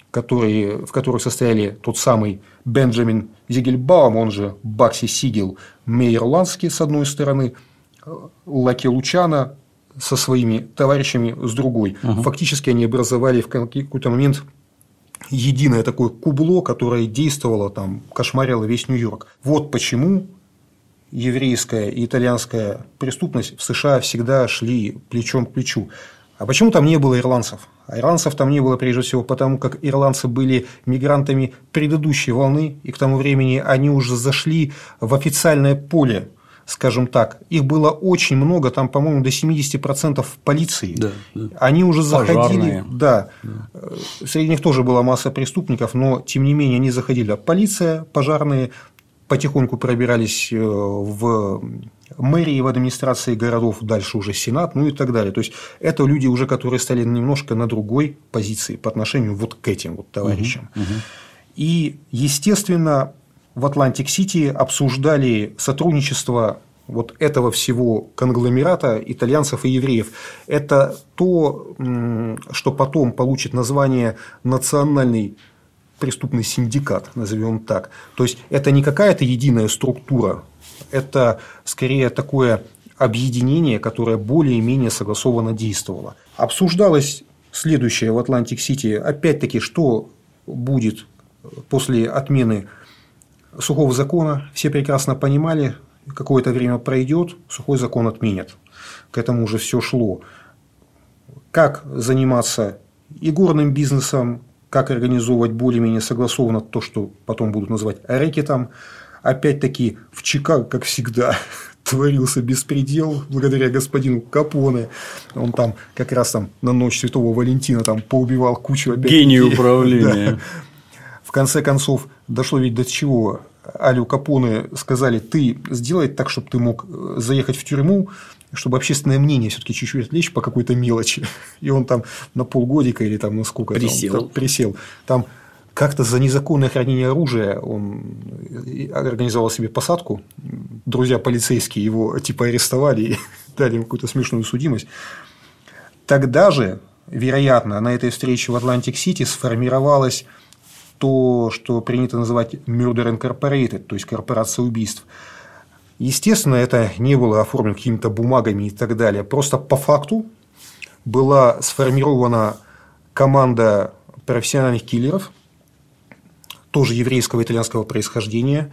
в которых состояли тот самый Бенджамин Зигельбаум, он же Бакси Сигел, Мейер Лански с одной стороны, Лаки Лучано со своими товарищами с другой. Фактически они образовали в какой-то момент единое такое кубло, которое действовало там, кошмарило весь Нью-Йорк. Вот почему еврейская и итальянская преступность в США всегда шли плечом к плечу. А почему там не было ирландцев? А ирландцев там не было прежде всего потому, как ирландцы были мигрантами предыдущей волны, и к тому времени они уже зашли в официальное поле, скажем так. Их было очень много, там, по-моему, до 70% в полиции. Да. Они уже заходили. Да. Среди них тоже была масса преступников, но тем не менее они заходили. А полиция, пожарные потихоньку пробирались в мэрии, в администрации городов, дальше уже Сенат, ну и так далее. То есть это люди уже, которые стали немножко на другой позиции по отношению вот к этим вот товарищам. И, естественно, в Атлантик-Сити обсуждали сотрудничество вот этого всего конгломерата итальянцев и евреев. Это то, что потом получит название «Национальный преступный синдикат», назовем так. То есть это не какая-то единая структура, это скорее такое объединение, которое более-менее согласованно действовало. Обсуждалось следующее в Атлантик-Сити, опять-таки, что будет после отмены сухого закона. Все прекрасно понимали, какое-то время пройдет, сухой закон отменят. К этому уже все шло. Как заниматься игорным бизнесом, как организовывать более-менее согласованно то, что потом будут называть рэкетом. Опять-таки в Чикаго, как всегда, творился беспредел благодаря господину Капоне. Он там как раз там на ночь Святого Валентина там поубивал кучу гений управления. Да. В конце концов, дошло ведь до чего. Алю Капоне сказали: ты сделай так, чтобы ты мог заехать в тюрьму, чтобы общественное мнение все-таки чуть-чуть отвлечь по какой-то мелочи. И он там на полгодика или там на сколько присел. Там как-то за незаконное хранение оружия он организовал себе посадку. Друзья полицейские его типа арестовали и дали ему какую-то смешную судимость. Тогда же, вероятно, на этой встрече в Атлантик-Сити сформировалось то, что принято называть Murder Incorporated, то есть корпорация убийств. Естественно, это не было оформлено какими-то бумагами и так далее. Просто по факту была сформирована команда профессиональных киллеров, тоже еврейского и итальянского происхождения.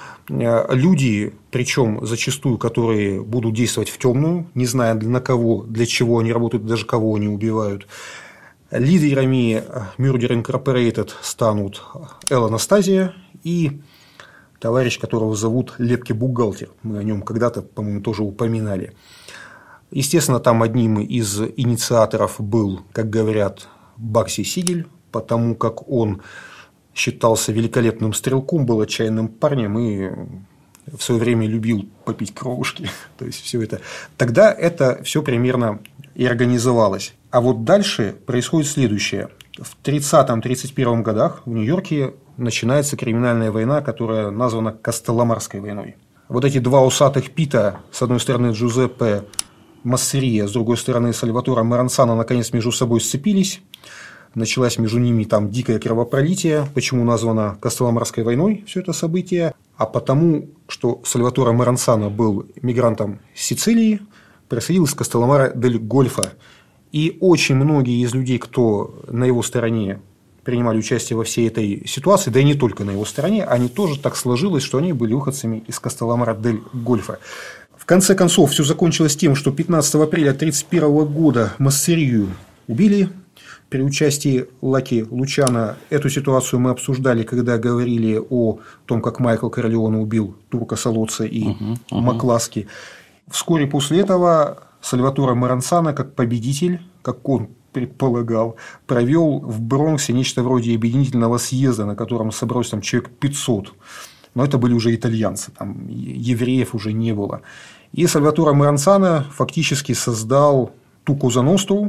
Люди, причем зачастую, которые будут действовать в темную, не зная на кого, для чего они работают, даже кого они убивают. Лидерами Murder Incorporated станут Эл Анастазия и товарищ, которого зовут Лепки Бухгалтер. Мы о нем когда-то, по-моему, тоже упоминали. Естественно, там одним из инициаторов был, как говорят, Бакси Сигель, потому как он считался великолепным стрелком, был отчаянным парнем и в свое время любил попить кровушки. То есть все это. Тогда это все примерно и организовалось. А вот дальше происходит следующее. В 30-31 годах в Нью-Йорке начинается криминальная война, которая названа Костелломарской войной. Вот эти два усатых Пита, с одной стороны Джузеппе Массерия, с другой стороны Сальваторе Маранцано, наконец между собой сцепились. Началась между ними там дикое кровопролитие. Почему названо Костелломарской войной все это событие? А потому, что Сальваторе Маранцано был мигрантом с Сицилии, происходил из Костелломара дель Гольфа. И очень многие из людей, кто на его стороне принимали участие во всей этой ситуации, да и не только на его стороне, они тоже так сложилось, что они были выходцами из Костелломара дель Гольфа. В конце концов, все закончилось тем, что 15 апреля 1931 года Массерию убили при участии Лаки Лучано. Эту ситуацию мы обсуждали, когда говорили о том, как Майкл Корлеоне убил Турка Солоца и Макласки. Вскоре после этого Сальваторе Маранцано, как победитель, как он предполагал, провел в Бронксе нечто вроде объединительного съезда, на котором собралось там человек 500 но это были уже итальянцы, там евреев уже не было. И Сальваторе Маранцана фактически создал ту Коза Ностру,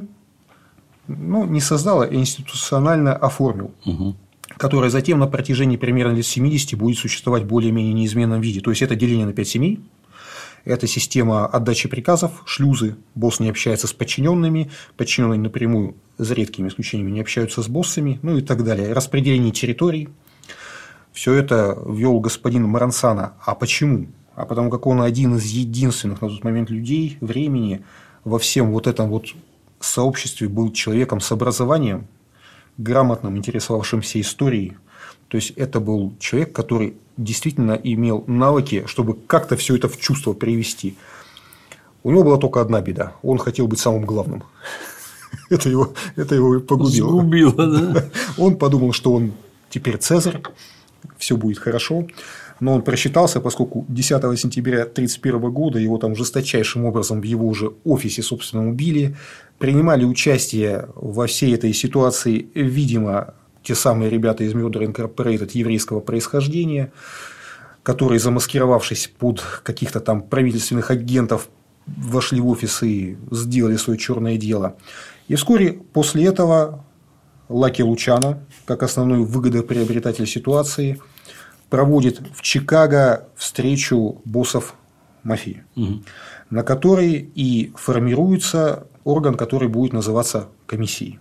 ну, не создал, а институционально оформил, которая затем на протяжении примерно лет 70 будет существовать в более-менее неизменном виде. То есть, это деление на 5 семей, это система отдачи приказов, шлюзы, босс не общается с подчиненными, подчиненные напрямую, за редкими исключениями, не общаются с боссами, ну и так далее. Распределение территорий. Все это ввел господин Маранцана. А почему? А потому как он один из единственных на тот момент людей, времени, во всем вот этом вот сообществе был человеком с образованием, грамотным, интересовавшимся историей. То есть, это был человек, который действительно имел навыки, чтобы как-то все это в чувство привести. У него была только одна беда. Он хотел быть самым главным. Это его и погубило. Сгубило, да? Он подумал, что он теперь Цезарь, все будет хорошо. Но он просчитался, поскольку 10 сентября 1931 года его там жесточайшим образом в его же офисе, собственно, убили. Принимали участие во всей этой ситуации, видимо, те самые ребята из Murder Incorporated еврейского происхождения, которые, замаскировавшись под каких-то там правительственных агентов, вошли в офис и сделали свое черное дело. И вскоре после этого Лаки Лучано, как основной выгодоприобретатель ситуации, проводит в Чикаго встречу боссов мафии, на которой и формируется орган, который будет называться комиссией.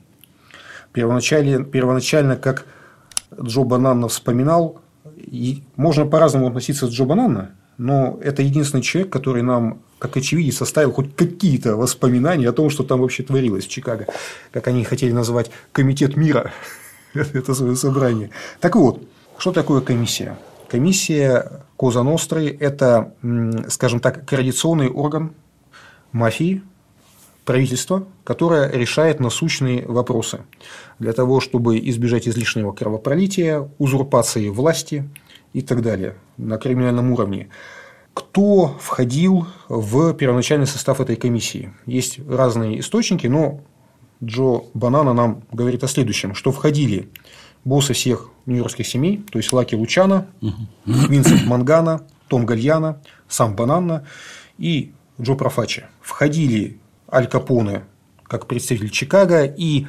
Первоначально, как Джо Бананна вспоминал, и можно по-разному относиться к Джо Бананна, но это единственный человек, который нам, как очевидец, оставил хоть какие-то воспоминания о том, что там вообще творилось в Чикаго, как они хотели называть комитет мира, это свое собрание. Так вот, что такое комиссия? Комиссия Коза Ностры – это, скажем так, координационный орган мафии, правительства, которое решает насущные вопросы для того, чтобы избежать излишнего кровопролития, узурпации власти и так далее на криминальном уровне. Кто входил в первоначальный состав этой комиссии? Есть разные источники, но Джо Банана нам говорит о следующем, что входили боссы всех нью-йоркских семей, то есть Лаки Лучано, Винсент Мангано, Том Гальяно, сам Бананна и Джо Профачи. Входили Аль Капоне как представитель Чикаго и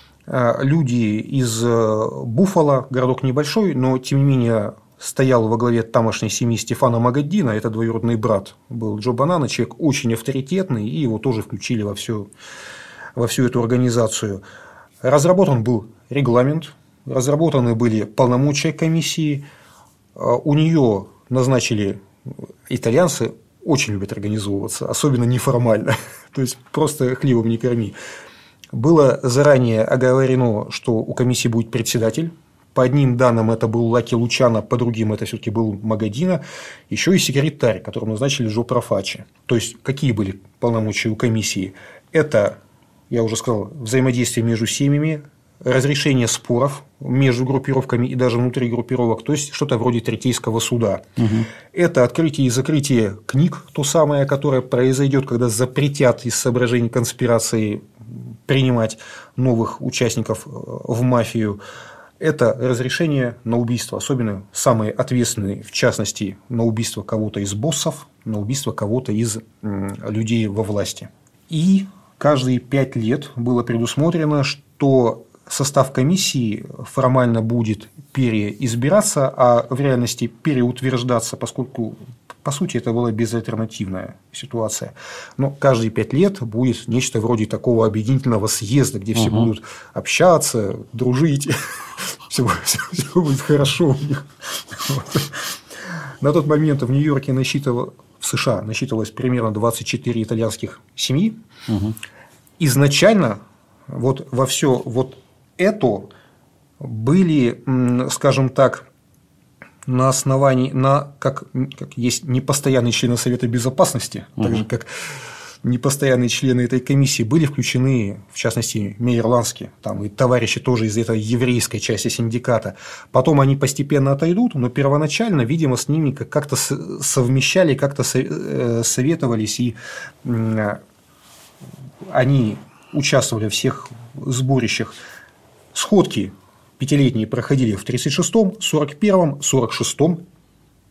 люди из Буффало, городок небольшой, но тем не менее стоял во главе тамошней семьи Стефано Магаддино, это двоюродный брат был Джо Банана, человек очень авторитетный, и его тоже включили во всю эту организацию. Разработан был регламент, разработаны были полномочия комиссии, у нее назначили итальянцы, очень любят организовываться, особенно неформально, то есть просто хлебом не корми. Было заранее оговорено, что у комиссии будет председатель. По одним данным это был Лаки Лучано, по другим это все-таки был Магаддино, еще и секретарь, которого назначили Джо Профачи. То есть, какие были полномочия у комиссии? Это, я уже сказал, взаимодействие между семьями, разрешение споров между группировками и даже внутри группировок, то есть что-то вроде третейского суда. Это открытие и закрытие книг, то самое, которое произойдет, когда запретят из соображений конспирации принимать новых участников в мафию. Это разрешение на убийство, особенно самые ответственные, в частности, на убийство кого-то из боссов, на убийство кого-то из людей во власти. И каждые 5 лет было предусмотрено, что состав комиссии формально будет переизбираться, а в реальности переутверждаться, поскольку, по сути, это была безальтернативная ситуация. Но каждые 5 лет будет нечто вроде такого объединительного съезда, где все будут общаться, дружить, все будет хорошо у них. На тот момент в Нью-Йорке в США насчитывалось примерно 24 итальянских семьи. Изначально вот во все вот это были, скажем так, на основании, как есть непостоянные члены Совета Безопасности, так же как непостоянные члены этой комиссии, были включены, в частности, Мейерландский, там и товарищи тоже из этой еврейской части синдиката. Потом они постепенно отойдут, но первоначально, видимо, с ними как-то совмещали, как-то советовались, и они участвовали в всех сборищах. Сходки 5-летние проходили в 1936-м, 1941-м, 1946-м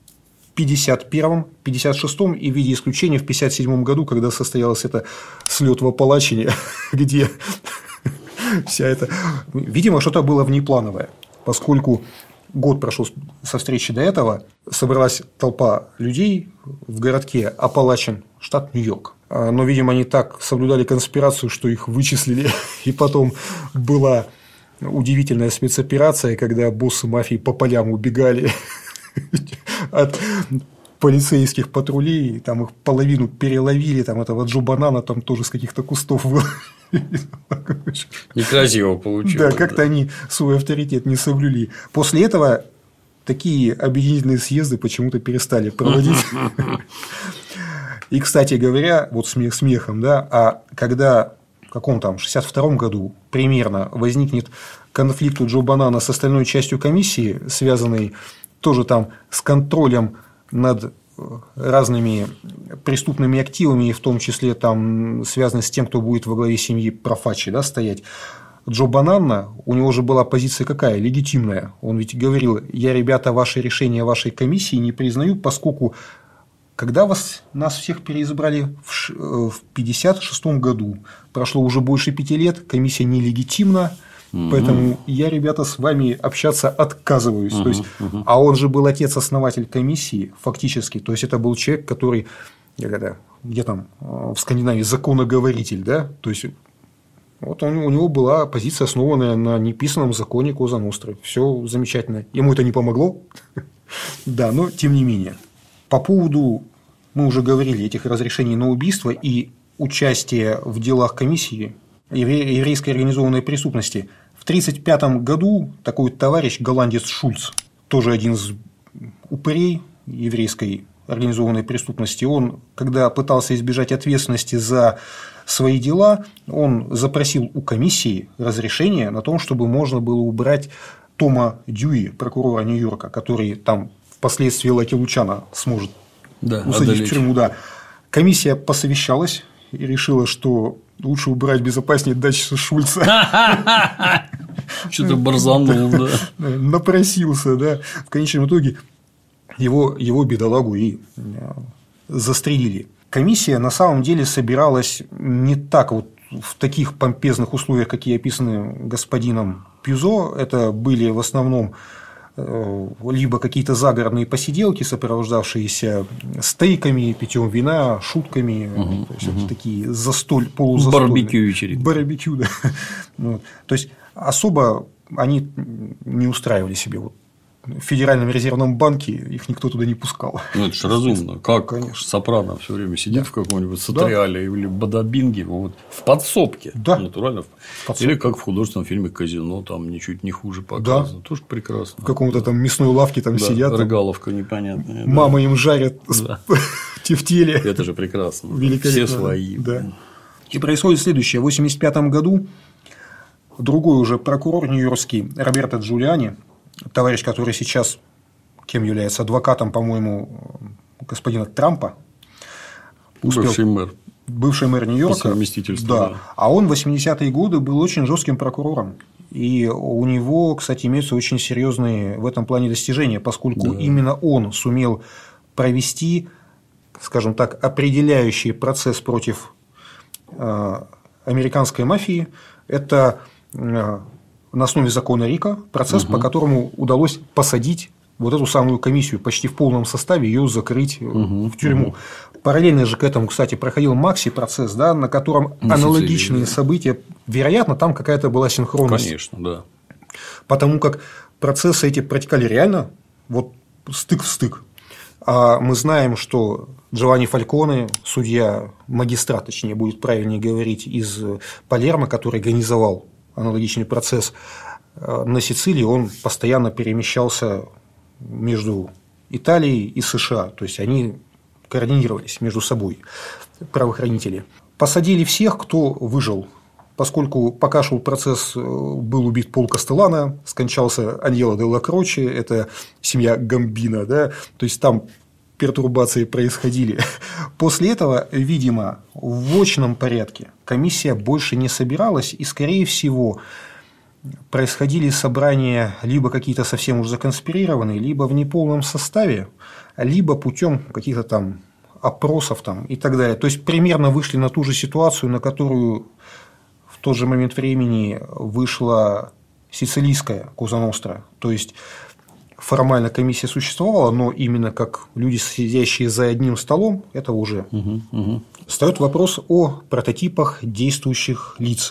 1951, 1956 и в виде исключения в 1957 году, когда состоялось это слет в Апалачине, где вся эта… Видимо, что-то было внеплановое, поскольку год прошел со встречи до этого, собралась толпа людей в городке Апалачин, штат Нью-Йорк. Но, видимо, они так соблюдали конспирацию, что их вычислили, и потом была удивительная спецоперация, когда боссы мафии по полям убегали от полицейских патрулей, там их половину переловили, там этого Джо Банана там тоже с каких-то кустов был. Некрасиво получилось. Да, как-то они свой авторитет не соблюли. После этого такие объединительные съезды почему-то перестали проводить. И, кстати говоря, вот смех смехом, да, а когда в каком там 62-м году примерно возникнет конфликт у Джо Банана с остальной частью комиссии, связанный тоже там с контролем над разными преступными активами, в том числе там связанный с тем, кто будет во главе семьи Профачи, да, стоять. Джо Банана, у него же была позиция какая? Легитимная. Он ведь говорил: я, ребята, ваши решения вашей комиссии не признаю, поскольку когда нас всех переизбрали в 1956 году, прошло уже больше 5 лет, комиссия нелегитимна, поэтому я, ребята, с вами общаться отказываюсь. То есть, а он же был отец-основатель комиссии, фактически. То есть, это был человек, который, где там в Скандинавии, законоговоритель, да? То есть, вот у него была позиция, основанная на неписанном законе Коза Ностры. Все замечательно. Ему это не помогло, да, но тем не менее. По поводу, мы уже говорили, этих разрешений на убийство и участия в делах комиссии еврейской организованной преступности. В 1935 году такой товарищ, голландец Шульц, тоже один из упырей еврейской организованной преступности, он, когда пытался избежать ответственности за свои дела, он запросил у комиссии разрешение на то, чтобы можно было убрать Тома Дьюи, прокурора Нью-Йорка, который там впоследствии Лаки Лучана сможет усадить в тюрьму. Да. Комиссия посовещалась и решила, что лучше убирать, безопаснее дальше Шульца. Что-то борзанул, да. Напросился, да. В конечном итоге его бедолагу и застрелили. Комиссия на самом деле собиралась не так вот в таких помпезных условиях, какие описаны господином Пюзо. Это были в основном либо какие-то загородные посиделки, сопровождавшиеся стейками, питьем вина, шутками, то есть это такие полузастольные. Барбекю вечеринки. Барбекю, да. Вот. То есть особо они не устраивали себе вот. В Федеральном резервном банке их никто туда не пускал. Ну, это же разумно. Как Сопрано все время сидит в каком-нибудь Сатриале или Бадабинге, вот, в подсобке. Да. Натурально. Или как в художественном фильме «Казино», там ничуть не хуже показано. Да. Тоже прекрасно. В каком-то там мясной лавке там сидят. Рыгаловка непонятная. Мама им жарит в тефтеле. Это же прекрасно. Великолепно. Все свои. Да. И происходит следующее. В 1985 году другой уже прокурор нью-йоркский Роберто Джулиани, товарищ, который сейчас кем является? Адвокатом, по-моему, господина Трампа. Бывший мэр. Бывший мэр Нью-Йорка. По совместительству. Да. А он в 80-е годы был очень жестким прокурором. И у него, кстати, имеются очень серьезные в этом плане достижения, поскольку именно он сумел провести, скажем так, определяющий процесс против американской мафии. Это на основе закона Рика процесс, по которому удалось посадить вот эту самую комиссию почти в полном составе, ее закрыть в тюрьму. Параллельно же к этому, кстати, проходил Макси-процесс, да, на котором аналогичные события, вероятно, там какая-то была синхронность. Конечно, да. Потому как процессы эти протекали реально вот стык в стык. А мы знаем, что Джованни Фальконе, судья-магистрат, точнее, будет правильнее говорить, из Палермо, который организовал аналогичный процесс на Сицилии, он постоянно перемещался между Италией и США, то есть они координировались между собой, правоохранители. Посадили всех, кто выжил, поскольку пока шел процесс, был убит Пол Кастеллано, скончался Аньело де ла Кроче, это семья Гамбино, да, то есть там пертурбации происходили. После этого, видимо, в очном порядке комиссия больше не собиралась, и, скорее всего, происходили собрания либо какие-то совсем уже законспирированные, либо в неполном составе, либо путем каких-то там опросов там и так далее. То есть примерно вышли на ту же ситуацию, на которую в тот же момент времени вышла сицилийская Коза Ностра. То есть формально комиссия существовала, но именно как люди, сидящие за одним столом, это уже встает вопрос о прототипах действующих лиц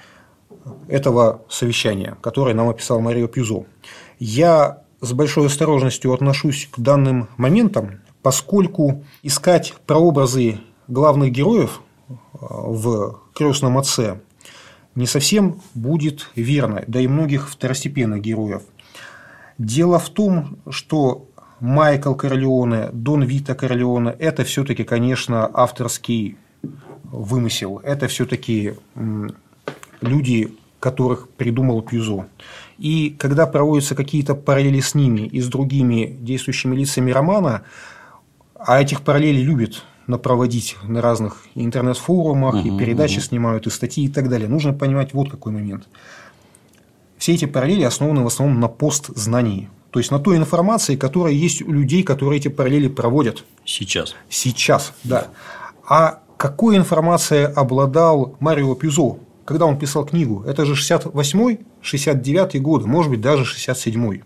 этого совещания, которое нам описал Марио Пьюзо. Я с большой осторожностью отношусь к данным моментам, поскольку искать прообразы главных героев в «Крестном отце» не совсем будет верно, да и многих второстепенных героев. Дело в том, что Майкл Корлеоне, Дон Вито Корлеоне – это все-таки, конечно, авторский вымысел, это все-таки люди, которых придумал Пьюзо. И когда проводятся какие-то параллели с ними и с другими действующими лицами романа, а этих параллелей любят проводить на разных интернет-форумах, и передачи снимают, и статьи, и так далее, нужно понимать вот какой момент. Все эти параллели основаны в основном на постзнании, то есть на той информации, которая есть у людей, которые эти параллели проводят. Сейчас, да. А какой информацией обладал Марио Пьюзо, когда он писал книгу? Это же 68-й, 69-й годы, может быть, даже 67-й.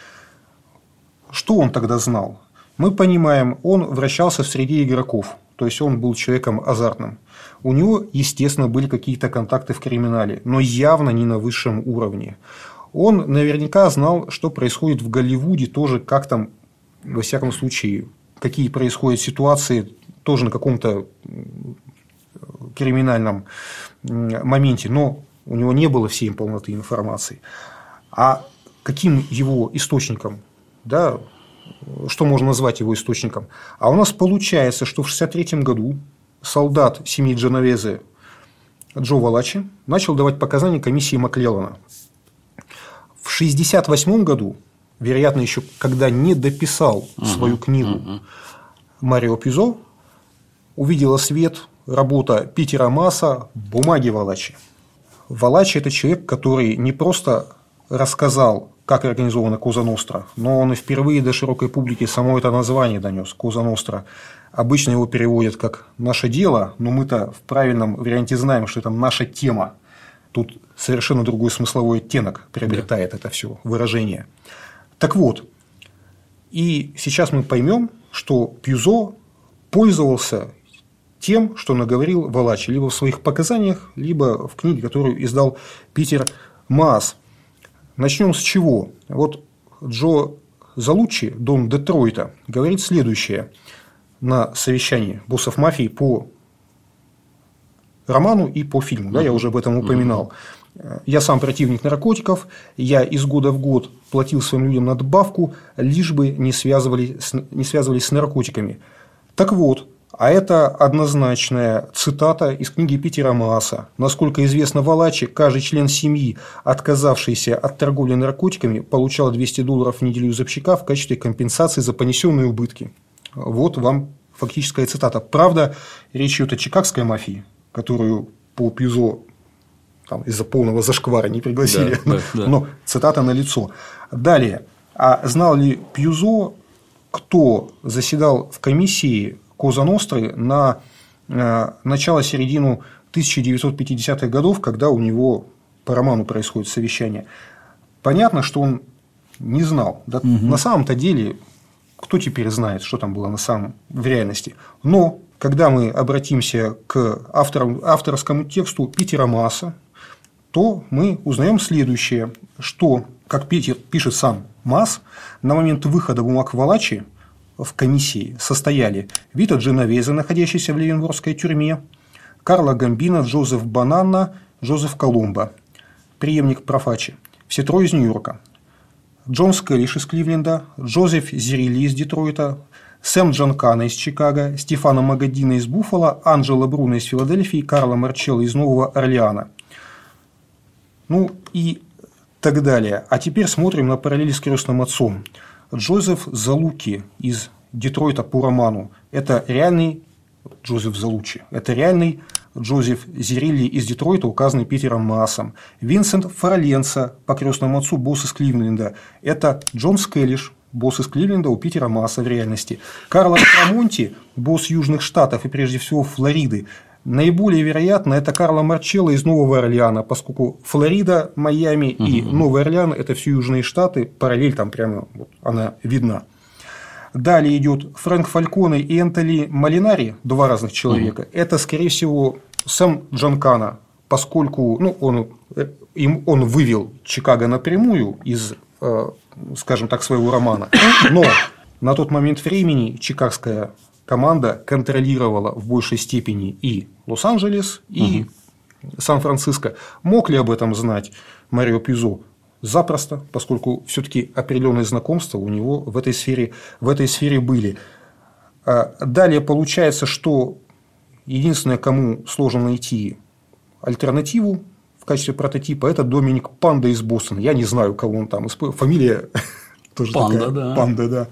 Что он тогда знал? Мы понимаем, он вращался в среде игроков, то есть он был человеком азартным. У него, естественно, были какие-то контакты в криминале, но явно не на высшем уровне. Он наверняка знал, что происходит в Голливуде, тоже как там, во всяком случае, какие происходят ситуации, тоже на каком-то криминальном моменте, но у него не было всей полноты информации. А каким его источником, да, что можно назвать его источником? А у нас получается, что в 1963 году солдат семьи Дженовезе Джо Валачи начал давать показания комиссии Маклеллана. В 1968 году, вероятно, еще когда не дописал свою книгу, Марио Пьюзо, увидела свет работа Питера Мааса «Бумаги Валачи». Валачи – это человек, который не просто рассказал, как организована Коза Ностра, но он и впервые до широкой публики само это название донес – Коза Ностра. Обычно его переводят как «наше дело», но мы-то в правильном варианте знаем, что это наша тема. Тут совершенно другой смысловой оттенок приобретает это все выражение. Так вот, и сейчас мы поймем, что Пьюзо пользовался тем, что наговорил Валачи, либо в своих показаниях, либо в книге, которую издал Питер Маас. Начнем с чего? Вот Джо Залуччи, Дон Детройта, говорит следующее на совещании боссов мафии по роману и по фильму. Да, я уже об этом упоминал. Я сам противник наркотиков, я из года в год платил своим людям надбавку, лишь бы не связывались с наркотиками. Так вот, а это однозначная цитата из книги Питера Мааса. Насколько известно Валачи, каждый член семьи, отказавшийся от торговли наркотиками, получал $200 в неделю из общака в качестве компенсации за понесенные убытки. Вот вам фактическая цитата. Правда, речь идет о чикагской мафии, которую по Пьюзо из-за полного зашквара не пригласили, да. Но цитата налицо. Далее. А знал ли Пьюзо, кто заседал в комиссии Коза Ностры на начало-середину 1950-х годов, когда у него по роману происходит совещание? Понятно, что он не знал. Да, на самом-то деле, кто теперь знает, что там было в реальности? Но когда мы обратимся к авторскому тексту Питера Мааса, то мы узнаем следующее, что, как Питер пишет сам Маас, на момент выхода бумаг Валачи в комиссии состояли Вито Дженовезе, находящийся в Ливенворской тюрьме, Карло Гамбино, Джозеф Бананна, Джозеф Коломбо, преемник Профачи, все трое из Нью-Йорка, Джон Скэллиш из Кливленда, Джозеф Зерилли из Детройта, Сэм Джанкано из Чикаго, Стефано Магадино из Буффало, Анджело Бруно из Филадельфии, Карло Марчелло из Нового Орлеана. Ну и так далее. А теперь смотрим на параллели с «Крестным отцом». Джозеф Залуччи из Детройта по роману – это реальный Джозеф Залуччи. Это реальный Джозеф Зерилли из Детройта, указанный Питером Маасом. Винсент Форленца, по крестному отцу, босс из Кливленда. Это Джон Скеллиш, босс из Кливленда у Питера Мааса в реальности. Карлос Трамонти, босс Южных Штатов и прежде всего Флориды. Наиболее вероятно, это Карло Марчелло из Нового Орлеана, поскольку Флорида, Майами и Новый Орлеан – это все Южные Штаты, параллель там прямо вот она видна. Далее идет Фрэнк Фальконе и Энтони Малинари, два разных человека. Это, скорее всего, Сэм Джанкана, поскольку он вывел Чикаго напрямую из, скажем так, своего романа. Но на тот момент времени чикагская команда контролировала в большей степени и Лос-Анджелес, и Сан-Франциско. Мог ли об этом знать Марио Пюзо? Запросто, поскольку все-таки определенные знакомства у него в этой сфере были. Далее получается, что единственное, кому сложно найти альтернативу в качестве прототипа, это Доминик Панда из Бостона. Я не знаю, кого он там использует. Фамилия тоже Панда, такая. да. Панда, да.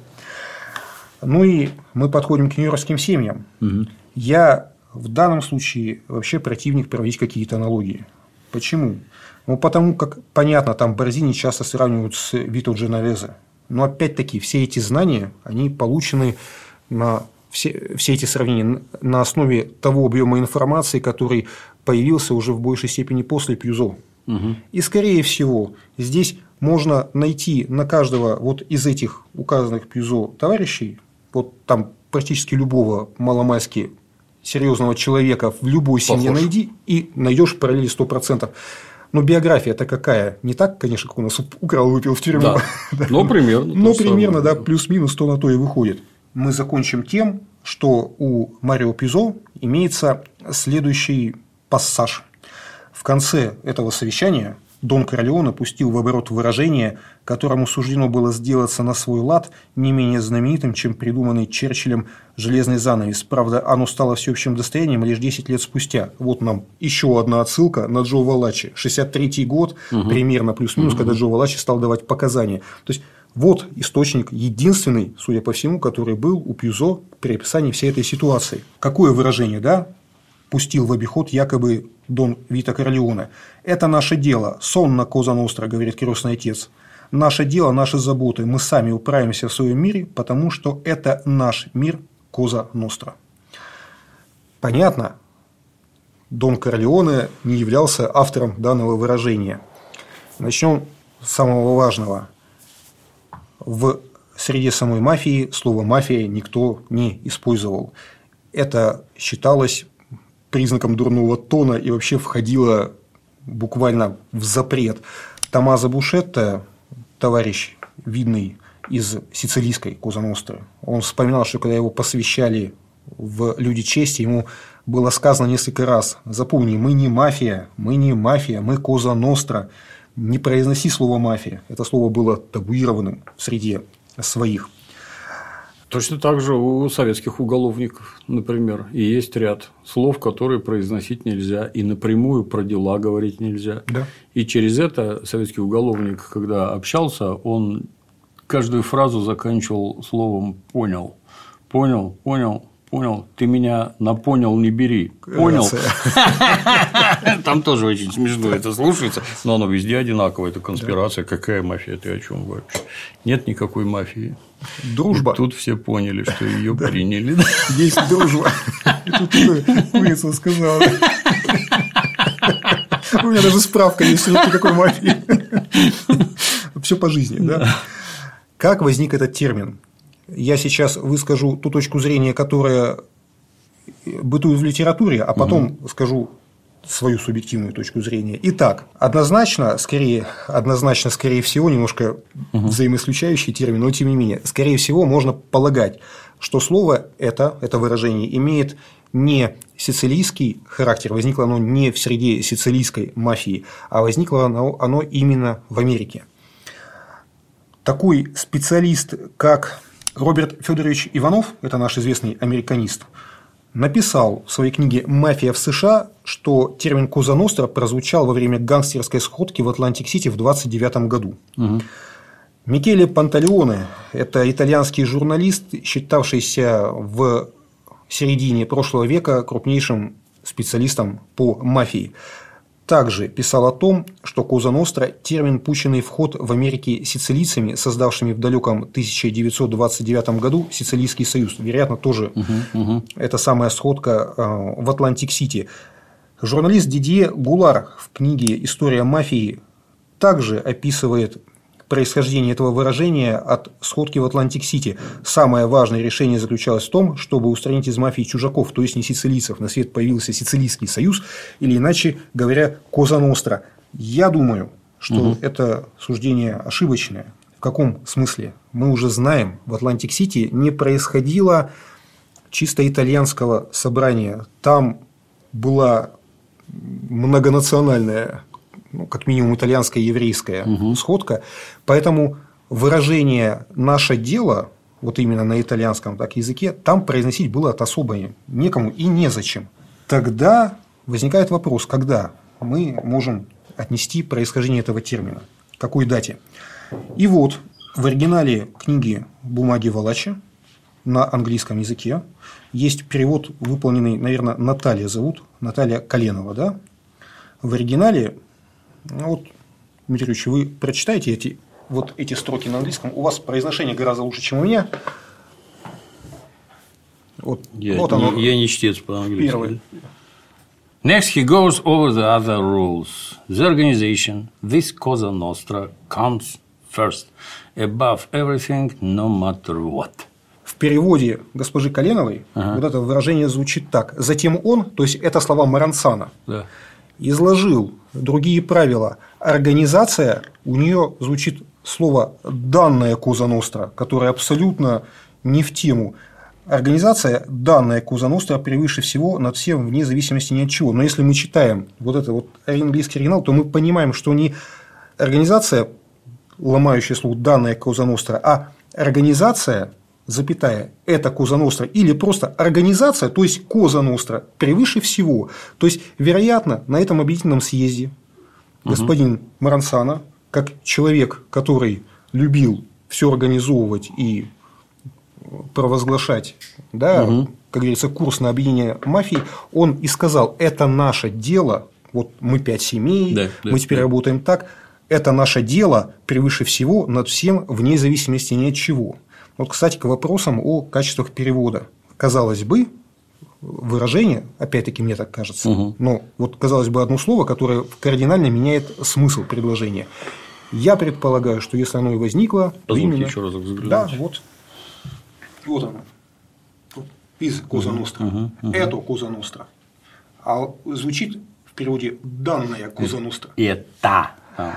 Ну и мы подходим к нью-йоркским семьям. Я в данном случае вообще противник проводить какие-то аналогии. Почему? Ну, потому как, понятно, там Борзини часто сравнивают с Вито Дженовезе. Но опять-таки все эти знания, они получены все эти сравнения на основе того объема информации, который появился уже в большей степени после Пьюзо. И, скорее всего, здесь можно найти на каждого вот из этих указанных Пьюзо товарищей, вот там практически любого маломальски серьезного человека в любой семье найди и найдешь параллели 100%. Но биография-то какая? Не так, конечно, как у нас украл, выпил в тюрьму. Да. Но примерно. Но примерно, да, плюс-минус то на то и выходит. Мы закончим тем, что у Марио Пюзо имеется следующий пассаж. В конце этого совещания Дон Корлеоне пустил в оборот выражение, которому суждено было сделаться на свой лад не менее знаменитым, чем придуманный Черчиллем железный занавес. Правда, оно стало всеобщим достоянием лишь 10 лет спустя. Вот нам еще одна отсылка на Джо Валачи. 63-й год, примерно плюс-минус, когда Джо Валачи стал давать показания. То есть, вот источник единственный, судя по всему, который был у Пьюзо при описании всей этой ситуации. Какое выражение, да? Пустил в обиход якобы Дон Вито Корлеоне. Это наше дело. Сонна Коза Ностра, говорит крестный отец. Наше дело, наши заботы. Мы сами управимся в своем мире, потому что это наш мир Коза Ностра. Понятно? Дон Корлеоне не являлся автором данного выражения. Начнем с самого важного. В среде самой мафии слово «мафия» никто не использовал. Это считалось признаком дурного тона и вообще входило буквально в запрет. Томмазо Бушетто, товарищ видный из сицилийской Коза Ностры, он вспоминал, что когда его посвящали в люди чести, ему было сказано несколько раз: запомни, мы не мафия, мы Коза Ностра. Не произноси слово «мафия». Это слово было табуированным в среде своих. Точно так же у советских уголовников, например, и есть ряд слов, которые произносить нельзя, и напрямую про дела говорить нельзя. Да. И через это советский уголовник, когда общался, он каждую фразу заканчивал словом «понял». «Понял, понял, понял. Ты меня на понял не бери. Понял?» Там тоже очень смешно это слушается, но оно везде одинаково. Это конспирация. Какая мафия? Ты о чем вообще? Нет никакой мафии. Дружба. И тут все поняли, что ее приняли. Есть дружба. И тут Курица сказал. У меня даже справка есть, нет никакой мафии. Все по жизни, да? Как возник этот термин? Я сейчас выскажу ту точку зрения, которая бытует в литературе, а потом скажу свою субъективную точку зрения. Итак, однозначно, скорее всего, немножко взаимоисключающий термин, но тем не менее, скорее всего, можно полагать, что слово это выражение имеет не сицилийский характер, возникло оно не в среде сицилийской мафии, а возникло оно именно в Америке. Такой специалист, как Роберт Федорович Иванов, это наш известный американист, написал в своей книге «Мафия в США», что термин «Коза Ностра» прозвучал во время гангстерской сходки в Атлантик-Сити в 1929 году. Микеле Панталеоне – это итальянский журналист, считавшийся в середине прошлого века крупнейшим специалистом по мафии. Также писал о том, что Коза Ностра – термин, пущенный в ход в Америке сицилийцами, создавшими в далеком 1929 году Сицилийский союз. Вероятно, тоже это самая сходка в Атлантик-Сити. Журналист Дидье Гулар в книге «История мафии» также описывает происхождение этого выражения от сходки в Атлантик-Сити. Самое важное решение заключалось в том, чтобы устранить из мафии чужаков, то есть не сицилийцев. На свет появился Сицилийский союз, или иначе говоря, Коза Ностра. Я думаю, что это суждение ошибочное. В каком смысле? Мы уже знаем, в Атлантик-Сити не происходило чисто итальянского собрания. Там была многонациональная, как минимум итальянская и еврейская сходка, поэтому выражение «наше дело», вот именно на итальянском так языке, там произносить было особо некому и незачем. Тогда возникает вопрос, когда мы можем отнести происхождение этого термина, к какой дате. И вот в оригинале книги «Бумаги Валачи» на английском языке есть перевод, выполненный, наверное, Наталья зовут, Наталья Коленова, да? В оригинале. Вот, Дмитрий Ильич, вы прочитаете эти строки на английском, у вас произношение гораздо лучше, чем у меня. Я не чтец по-английски. Первый. Next he goes over the other rules. The organization, this Cosa Nostra, comes first, above everything, no matter what. В переводе госпожи Коленовой вот это выражение звучит так. Затем он, то есть это слова Маранцана, изложил другие правила. Организация, у нее звучит слово «данная Коза Ностра», которое абсолютно не в тему. Организация, данная Коза Ностра, превыше всего над всем, вне зависимости ни от чего. Но если мы читаем вот это вот английский оригинал, то мы понимаем, что не организация, ломающая слово «данная Коза Ностра», а организация, запятая, это Коза Ностра, или просто организация, то есть Коза Ностра, превыше всего. То есть, вероятно, на этом объединенном съезде господин Маранцана, как человек, который любил все организовывать и провозглашать, как говорится, курс на объединение мафии, он и сказал: это наше дело, вот мы 5 семей, мы теперь работаем так, это наше дело превыше всего над всем, вне зависимости ни от чего. Вот, кстати, к вопросам о качествах перевода. Казалось бы, выражение, опять-таки, мне так кажется, но вот, казалось бы, одно слово, которое кардинально меняет смысл предложения. Я предполагаю, что если оно и возникло, то именно… еще разок взглянуть. Да, вот оно. Из Коза Ностра. Это Коза Ностра. А звучит в переводе «данная Коза Ностра». Это.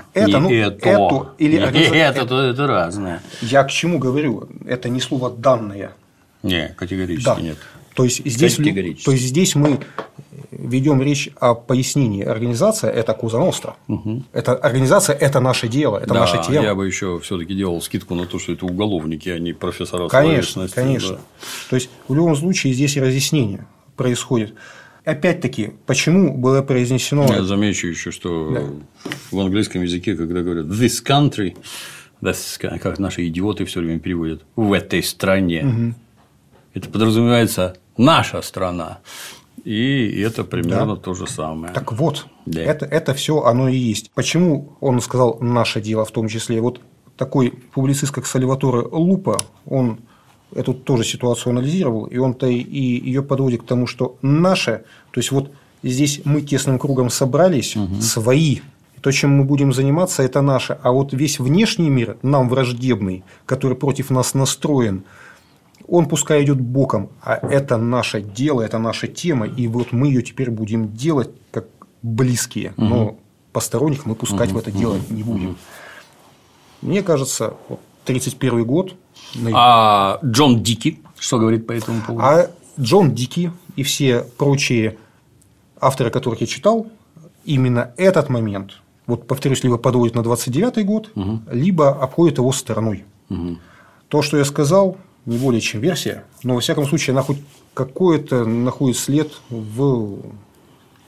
Это разное. Я к чему говорю? Это не слово «данное». Не, категорически нет. То есть здесь мы ведем речь о пояснении. Организация – это Коза Ностра. Это организация – это наше дело, это наша тема. Я бы еще все-таки делал скидку на то, что это уголовники, а не профессора словесности. Конечно. Да. То есть в любом случае здесь разъяснение происходит. Опять-таки, почему было произнесено… Я замечу еще, что в английском языке, когда говорят this country, как наши идиоты все время переводят, в этой стране, это подразумевается наша страна. И это примерно то же самое. Так вот, это все оно и есть. Почему он сказал наше дело в том числе? Вот такой публицист, как Сальваторе Лупа, он эту тоже ситуацию анализировал, и он-то и ее подводит к тому, что наше, то есть вот здесь мы тесным кругом собрались, свои, и то, чем мы будем заниматься, это наше, а вот весь внешний мир, нам враждебный, который против нас настроен, он пускай идет боком, а это наше дело, это наша тема, и вот мы ее теперь будем делать как близкие, но посторонних мы пускать в это дело не будем. Мне кажется, 1931 год. А Джон Дики что говорит по этому поводу? А Джон Дики и все прочие авторы, которых я читал, именно этот момент, вот повторюсь, либо подводят на 1929 год, либо обходят его стороной. То, что я сказал, не более чем версия, но во всяком случае она хоть какой-то находит след в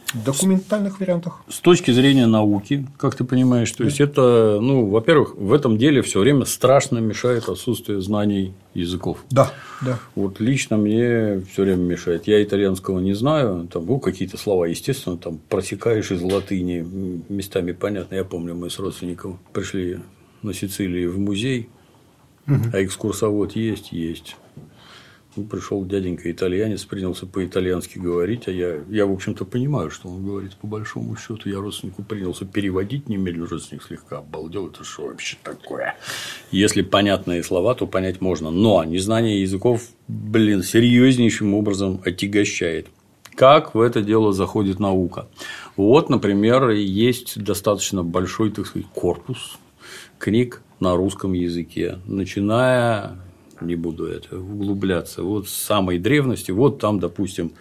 документальных вариантах. С точки зрения науки, как ты понимаешь, то есть это, ну, во-первых, в этом деле все время страшно мешает отсутствие знаний языков. Да, да. Вот лично мне все время мешает. Я итальянского не знаю, там какие-то слова, естественно, там просекаешь из латыни, местами понятно. Я помню, мы с родственником пришли на Сицилии в музей, а экскурсовод есть. Пришел дяденька итальянец, принялся по-итальянски говорить, а я, в общем-то, понимаю, что он говорит по большому счету. Я родственнику принялся переводить немедленно, родственник слегка обалдел, это что вообще такое? Если понятные слова, то понять можно, но незнание языков, серьезнейшим образом отягощает. Как в это дело заходит наука? Вот, например, есть достаточно большой, так сказать, корпус книг на русском языке, начиная... Не буду углубляться. Вот с самой древности, вот там, допустим,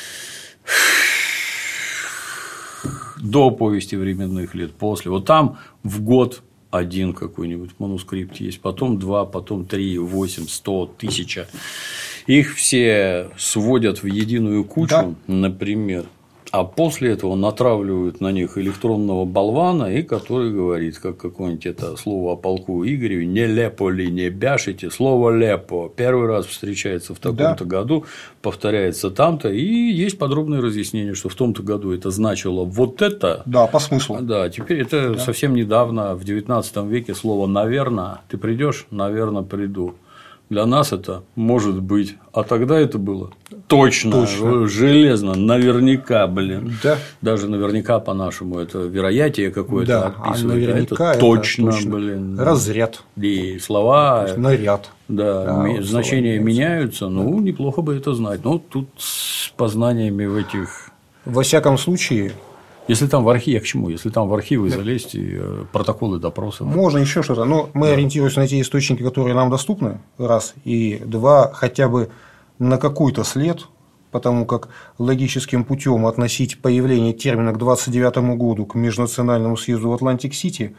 до повести временных лет, после. Вот там в год один какой-нибудь манускрипт есть, потом 2, потом 3, 8, 100, 1000. Их все сводят в единую кучу, да. Например. А после этого натравливают на них электронного болвана, и который говорит, как какое-нибудь это слово о полку Игореве, не лепо ли не бяшите, слово лепо первый раз встречается в таком-то году, повторяется там-то, и есть подробное разъяснение, что в том-то году это значило вот это. Да, по смыслу. Да, теперь это совсем недавно, в 19 веке слово «наверно», ты придешь, наверно, приду. Для нас это может быть, а тогда это было точно. Железно, наверняка, Да. Даже наверняка по-нашему это вероятие какое-то описывает, а наверняка это точно, разряд. И слова, наряд. Да, значения меняются, ну, неплохо бы это знать. Но тут с познаниями в этих. Во всяком случае. Если там в архиве, к чему? Если там в архивы залезть, и протоколы допросов. Можно еще что-то, но мы ориентируемся на те источники, которые нам доступны, раз, и два, хотя бы на какой-то след, потому как логическим путем относить появление термина к 29 году, к межнациональному съезду в Атлантик-Сити,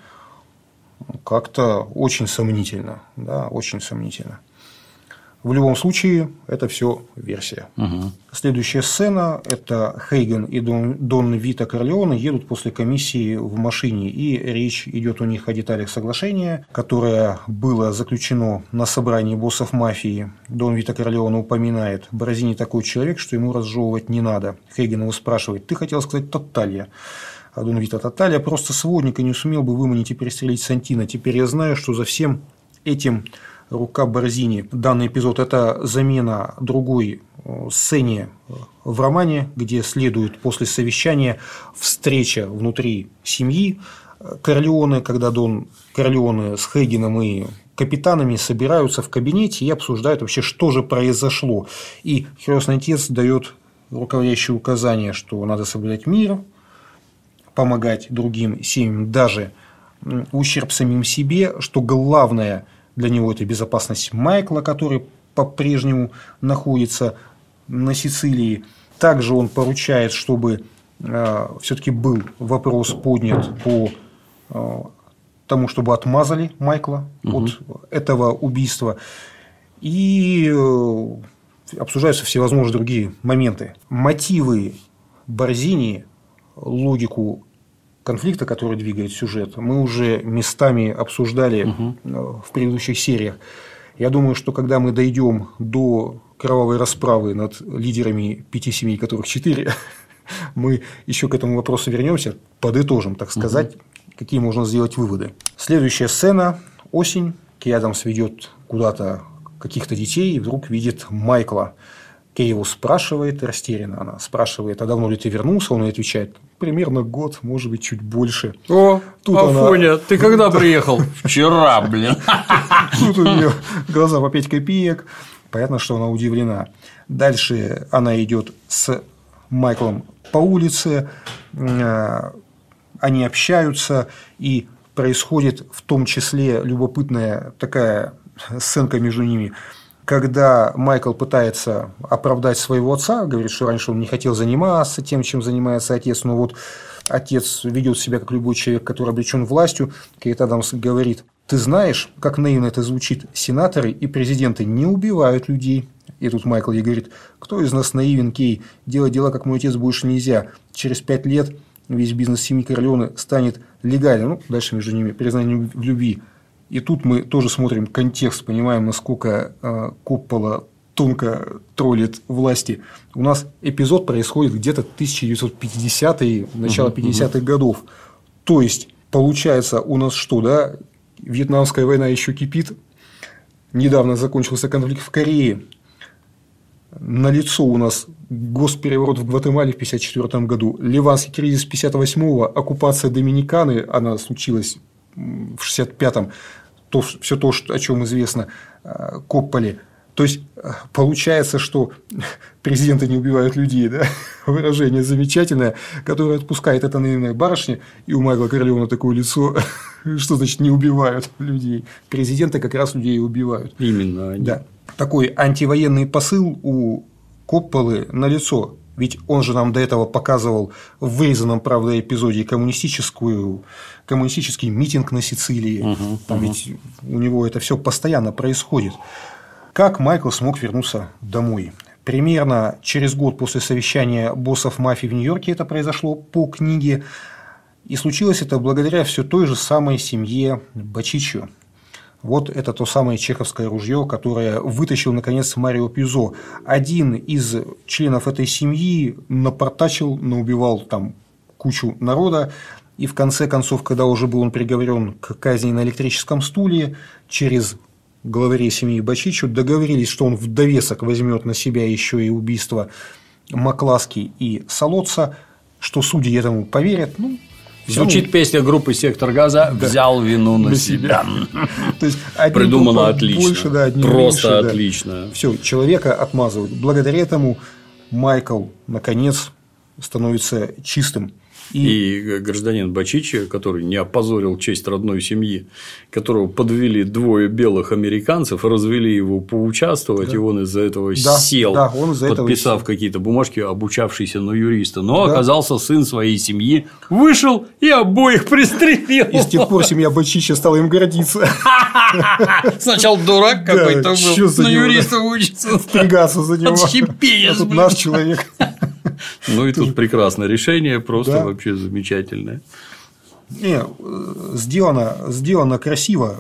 как-то очень сомнительно. Да, очень сомнительно. В любом случае, это все версия. Следующая сцена – это Хейген и Дон Вито Корлеоне едут после комиссии в машине, и речь идет у них о деталях соглашения, которое было заключено на собрании боссов мафии. Дон Вито Корлеоне упоминает: Борзини такой человек, что ему разжевывать не надо. Хейген его спрашивает: ты хотел сказать Татталья? А Дон Вито: Татталья просто сводник и не сумел бы выманить и перестрелить Сантино. Теперь я знаю, что за всем этим рука Борзини. Данный эпизод – это замена другой сцене в романе, где следует после совещания встреча внутри семьи Корлеоне, когда Дон Корлеоне с Хейгеном и капитанами собираются в кабинете и обсуждают вообще, что же произошло. И Крестный Отец дает руководящие указания, что надо соблюдать мир, помогать другим семьям, даже в ущерб самим себе, что главное для него – это безопасность Майкла, который по-прежнему находится на Сицилии. Также он поручает, чтобы все-таки был вопрос поднят по тому, чтобы отмазали Майкла от этого убийства. И обсуждаются всевозможные другие моменты. Мотивы Борзини, логику конфликта, который двигает сюжет, мы уже местами обсуждали в предыдущих сериях. Я думаю, что когда мы дойдем до кровавой расправы над лидерами 5 семей, которых 4, мы еще к этому вопросу вернемся, подытожим, так сказать, какие можно сделать выводы. Следующая сцена – осень. Кей Адамс ведет куда-то каких-то детей и вдруг видит Майкла. Кей его спрашивает, растерянно она спрашивает: а давно ли ты вернулся? Он ей отвечает: примерно год, может быть, чуть больше. О, тут Афоня, ты когда приехал? Вчера, блин. Тут у нее глаза по 5 копеек. Понятно, что она удивлена. Дальше она идет с Майклом по улице, они общаются, и происходит в том числе любопытная такая сценка между ними, когда Майкл пытается оправдать своего отца, говорит, что раньше он не хотел заниматься тем, чем занимается отец, но вот отец ведет себя как любой человек, который облечен властью. Кейт Адамс говорит: ты знаешь, как наивно это звучит, сенаторы и президенты не убивают людей, И тут Майкл ей говорит: кто из нас наивен, Кей? Делать дела, как мой отец, больше нельзя. Через 5 лет весь бизнес семьи Корлеоне станет легальным. Ну, дальше между ними признание в любви. И тут мы тоже смотрим контекст, понимаем, насколько Коппола тонко троллит власти. У нас эпизод происходит где-то 1950-е, начало 50-х годов. То есть, получается, у нас что, да? Вьетнамская война еще кипит. Недавно закончился конфликт в Корее. Налицо у нас госпереворот в Гватемале в 1954 году. Ливанский кризис 1958-го. Оккупация Доминиканы, она случилась в 1965-м. Все то, о чем известно Копполе. То есть, получается, что президенты не убивают людей, да? Выражение замечательное, которое отпускает эта наивная барышня, и у Майкла Корлеоне такое лицо, что значит не убивают людей. Президенты как раз людей убивают. Именно они. Да. Такой антивоенный посыл у Копполы налицо. Ведь он же нам до этого показывал в вырезанном, правда, эпизоде коммунистический митинг на Сицилии. Там ведь у него это все постоянно происходит. Как Майкл смог вернуться домой? Примерно через год после совещания боссов мафии в Нью-Йорке это произошло по книге. И случилось это благодаря все той же самой семье Бачиччо. Вот это то самое чеховское ружье, которое вытащил, наконец, Марио Пьюзо. Один из членов этой семьи напортачил, наубивал там кучу народа. И в конце концов, когда уже был он приговорен к казни на электрическом стуле, через главарей семьи Бачиччо договорились, что он в довесок возьмет на себя еще и убийство Макласки и Солоца, что судьи этому поверят. Ну, звучит песня группы «Сектор Газа» «Взял вину на себя». То есть, придумано отлично. Больше, да, просто меньше, отлично. Да. Все, человека отмазывают. Благодаря этому Майкл, наконец, становится чистым. И гражданин Бачиччо, который не опозорил честь родной семьи, которого подвели двое белых американцев, развели его поучаствовать, и он из-за этого сел, подписав какие-то бумажки, обучавшийся на юриста. Но оказался сын своей семьи, вышел и обоих пристрелил. И с тех пор семья Бачиччо стала им гордиться. Сначала дурак какой-то был, на юриста учится. Впрягаться за него. Отщепенец, тут наш человек. Ну и тут прекрасное решение, просто вообще замечательное. Сделано красиво.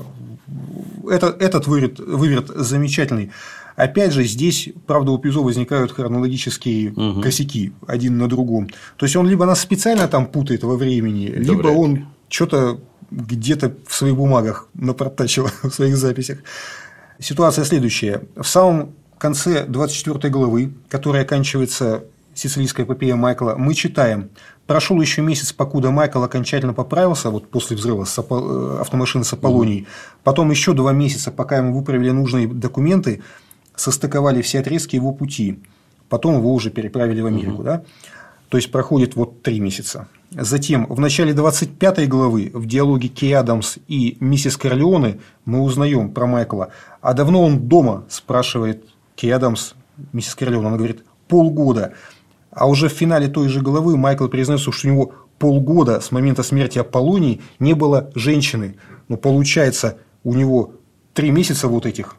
Этот выверт замечательный. Опять же, здесь, правда, у Пьюзо возникают хронологические косяки один на другом. То есть он либо нас специально там путает во времени, либо он что-то где-то в своих бумагах напортачил, в своих записях. Ситуация следующая. В самом конце 24 главы, которая оканчивается сицилийская эпопея Майкла, мы читаем: прошел еще месяц, покуда Майкл окончательно поправился, вот после взрыва автомашины с Аполлонией, потом еще 2 месяца, пока ему выправили нужные документы, состыковали все отрезки его пути, потом его уже переправили в Америку. Да? То есть проходит вот 3 месяца. Затем в начале 25 главы в диалоге Кей Адамс и миссис Корлеоне мы узнаем про Майкла. А давно он дома, спрашивает Кей Адамс миссис Корлеоне. Она говорит: полгода. А уже в финале той же главы Майкл признается, что у него полгода с момента смерти Аполлонии не было женщины. Но получается, у него 3 месяца вот этих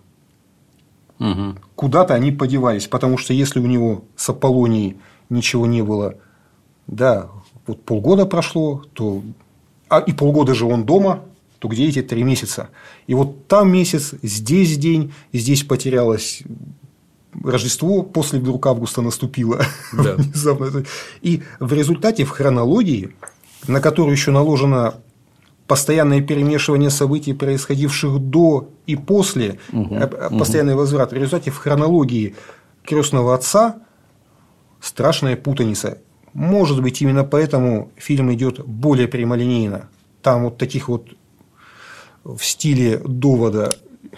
куда-то они подевались. Потому что если у него с Аполлонией ничего не было, да, вот полгода прошло, то... и полгода же он дома, то где эти 3 месяца? И вот там месяц, здесь день, здесь потерялось... Рождество после вдруг августа наступило. Да. Внезапно. И в результате, в хронологии, на которую еще наложено постоянное перемешивание событий, происходивших до и после, постоянный возврат, в результате в хронологии крестного отца страшная путаница. Может быть, именно поэтому фильм идет более прямолинейно. Там вот таких вот в стиле довода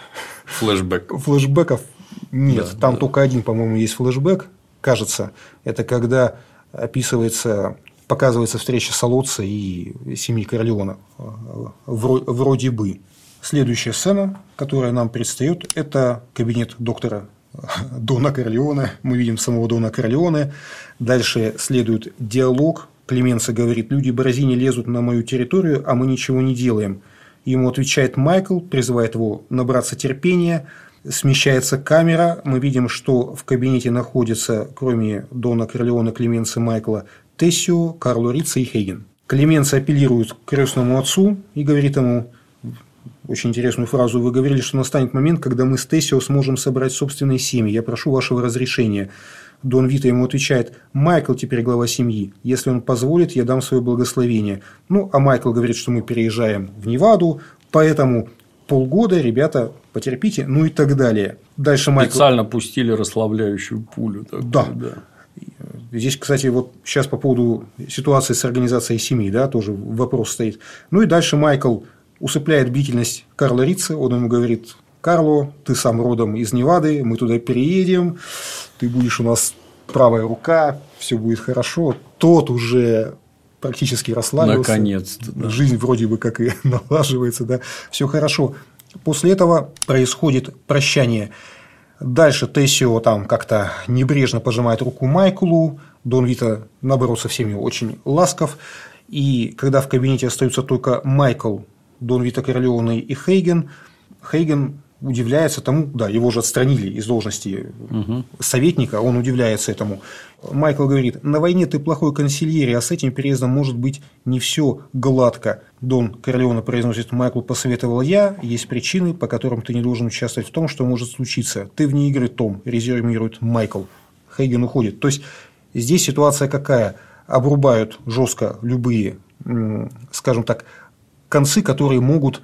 флешбеков нет. Да, там только один, по-моему, есть флешбэк, кажется. Это когда показывается встреча Солоца и семьи Корлеоне. Вроде бы. Следующая сцена, которая нам предстает, это кабинет доктора Дона Корлеоне. Мы видим самого Дона Корлеоне. Дальше следует диалог. Клеменцо говорит: люди Бразини лезут на мою территорию, а мы ничего не делаем. Ему отвечает Майкл, призывает его набраться терпения. смещается камера, мы видим, что в кабинете находятся, кроме Дона Корлеоне, Клеменци, Майкла, Тессио, Карло Рица и Хейген. Клеменци апеллирует к крестному отцу и говорит ему очень интересную фразу: «Вы говорили, что настанет момент, когда мы с Тессио сможем собрать собственные семьи. Я прошу вашего разрешения». Дон Вито ему отвечает: «Майкл теперь глава семьи. Если он позволит, я дам свое благословение». Ну, а Майкл говорит, что мы переезжаем в Неваду, поэтому полгода, ребята, потерпите, ну и так далее. Дальше Майкл... Специально пустили расслабляющую пулю. Такую, да. Здесь, кстати, вот сейчас по поводу ситуации с организацией семьи, да, тоже вопрос стоит. Ну и дальше Майкл усыпляет бдительность Карла Рица, он ему говорит: «Карло, ты сам родом из Невады, мы туда переедем, ты будешь у нас правая рука, все будет хорошо». Тот уже практически расслабился. Наконец-то. Да. Жизнь вроде бы как и налаживается, да, все хорошо. После этого происходит прощание. Дальше Тессио там как-то небрежно пожимает руку Майклу, Дон Вито, наоборот, со всеми очень ласков. И когда в кабинете остаются только Майкл, Дон Вито Корлеоне и Хейген, Хейген удивляется тому, да, его же отстранили из должности советника, он удивляется этому. Майкл говорит: «На войне ты плохой консильери, а с этим переездом может быть не все гладко». Дон Корлеоне произносит: «Майкл посоветовал я, есть причины, по которым ты не должен участвовать в том, что может случиться. Ты вне игры, Том», резюмирует Майкл. Хейген уходит. То есть здесь ситуация какая? Обрубают жестко любые, скажем так, концы, которые могут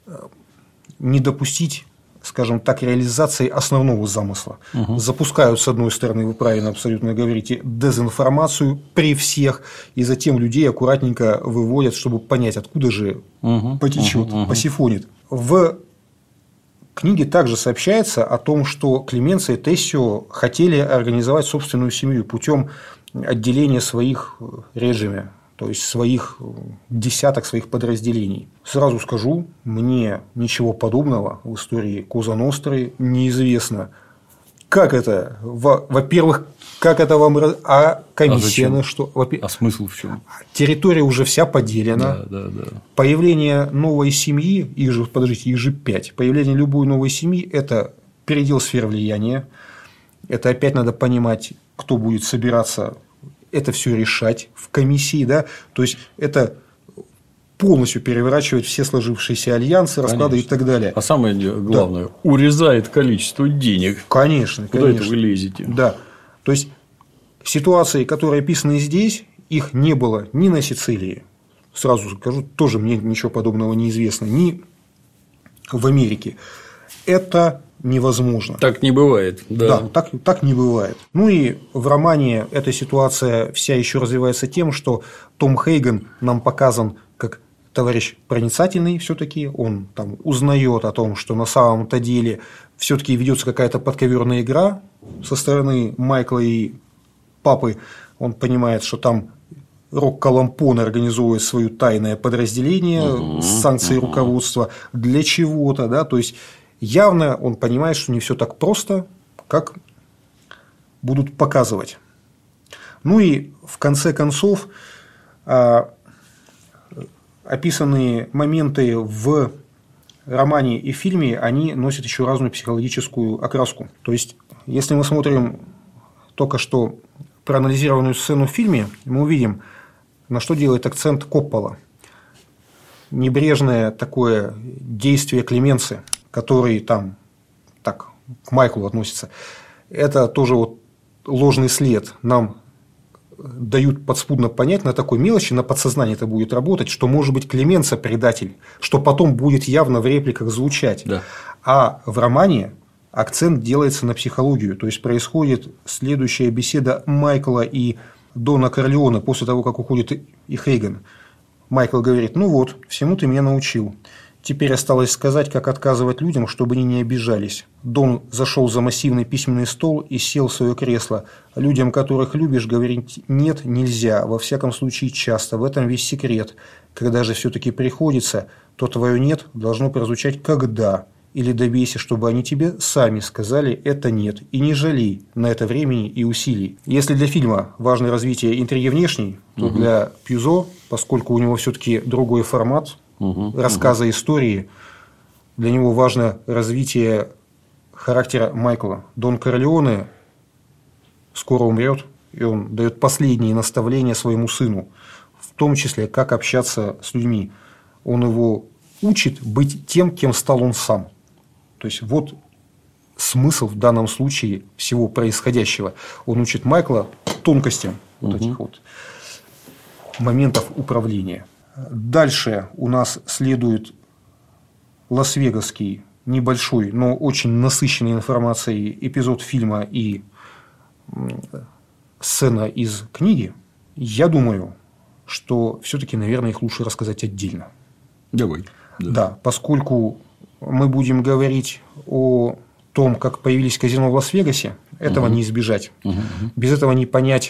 не допустить, скажем так, реализации основного замысла. Запускают, с одной стороны, вы правильно абсолютно говорите, дезинформацию при всех, и затем людей аккуратненько выводят, чтобы понять, откуда же потечет, посифонит. В книге также сообщается о том, что Клеменци и Тессио хотели организовать собственную семью путем отделения своих режиме, то есть своих десяток своих подразделений. Сразу скажу, мне ничего подобного в истории Коза Ностры неизвестно. Как это? Во-первых, как это вам... А комиссия что? А смысл в чем? Территория уже вся поделена. Да. Появление новой семьи, их же 5. Появление любой новой семьи – это передел сфер влияния. Это опять надо понимать, кто будет собираться это все решать в комиссии, да, то есть это полностью переворачивает все сложившиеся альянсы, расклады и так далее. А самое главное, урезает количество денег. Конечно. Куда это вы лезете? Да. То есть ситуации, которые описаны здесь, их не было ни на Сицилии, сразу скажу, тоже мне ничего подобного не известно, ни в Америке. Это невозможно. Так не бывает. Да, так не бывает. Ну и в романе эта ситуация вся еще развивается тем, что Том Хейген нам показан как товарищ проницательный все-таки, он там узнает о том, что на самом-то деле все-таки ведется какая-то подковерная игра со стороны Майкла и папы. Он понимает, что там Рокко Лампоне организовывает свое тайное подразделение с санкцией руководства для чего-то, да, то есть явно он понимает, что не все так просто, как будут показывать. Ну и в конце концов описанные моменты в романе и фильме, они носят еще разную психологическую окраску. То есть, если мы смотрим только что проанализированную сцену в фильме, мы увидим, на что делает акцент Коппола. Небрежное такое действие Клеменци, который там так к Майклу относится, это тоже вот ложный след. Нам дают подспудно понять на такой мелочи, на подсознании это будет работать, что может быть Клеменци предатель, что потом будет явно в репликах звучать. Да. А в романе акцент делается на психологию, то есть происходит следующая беседа Майкла и Дона Корлеоне после того, как уходит и Хейген. Майкл говорит: «Ну вот, всему ты меня научил. Теперь осталось сказать, как отказывать людям, чтобы они не обижались». Дон зашел за массивный письменный стол и сел в свое кресло. «Людям, которых любишь, говорить «нет» нельзя, во всяком случае часто, в этом весь секрет. Когда же все-таки приходится, то твое «нет» должно прозвучать как «да». Или добейся, чтобы они тебе сами сказали это «нет». И не жалей на это времени и усилий. Если для фильма важно развитие интриги внешней, то для Пьюзо, поскольку у него все-таки другой формат рассказа истории, для него важно развитие характера Майкла. Дон Корлеоне скоро умрет, и он дает последние наставления своему сыну, в том числе, как общаться с людьми. Он его учит быть тем, кем стал он сам. То есть, вот смысл в данном случае всего происходящего. Он учит Майкла тонкостям вот этих вот моментов управления. Дальше у нас следует лас-вегасский небольшой, но очень насыщенной информацией эпизод фильма и сцена из книги. Я думаю, что все-таки, наверное, их лучше рассказать отдельно. Давай. Да, поскольку мы будем говорить о том, как появились казино в Лас-Вегасе, этого не избежать. Без этого не понять,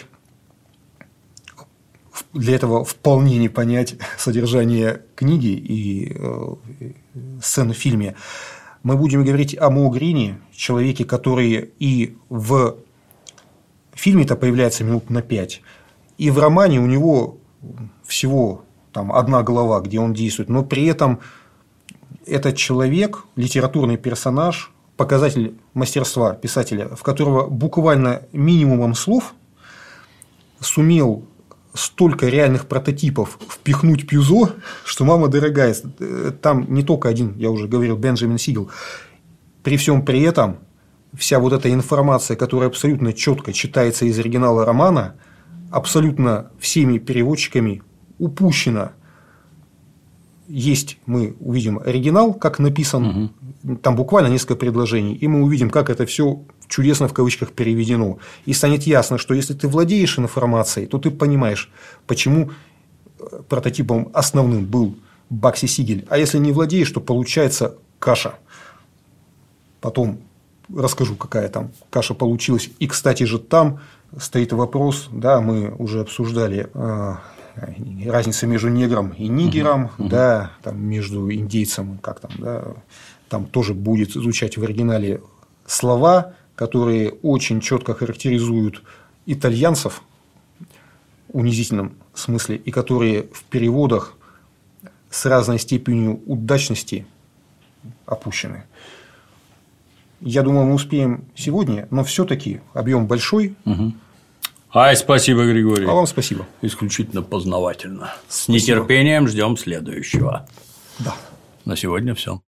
для этого вполне не понять содержание книги и сцен в фильме. Мы будем говорить о Мо Грине, человеке, который и в фильме-то появляется минут на 5, и в романе у него всего там одна глава, где он действует, но при этом этот человек, литературный персонаж, показатель мастерства писателя, в которого буквально минимумом слов сумел столько реальных прототипов впихнуть Пьюзо, что мама дорогая. Там не только один, я уже говорил, Бенджамин Сигел. При всем при этом вся вот эта информация, которая абсолютно четко читается из оригинала романа, абсолютно всеми переводчиками упущена. Есть, мы увидим оригинал, как написан, там буквально несколько предложений, и мы увидим, как это все чудесно в кавычках переведено. И станет ясно, что если ты владеешь информацией, то ты понимаешь, почему прототипом основным был Бакси Сигель. А если не владеешь, то получается каша. Потом расскажу, какая там каша получилась. И, кстати же, там стоит вопрос, да, мы уже обсуждали разница между негром и нигером, да, там между индейцем, как там, да, там тоже будет звучать в оригинале слова, которые очень четко характеризуют итальянцев в унизительном смысле и которые в переводах с разной степенью удачности опущены. Я думаю, мы успеем сегодня, но все-таки объем большой. Ай, спасибо, Григорий. А вам спасибо. Исключительно познавательно. С нетерпением ждем следующего. Да. На сегодня все.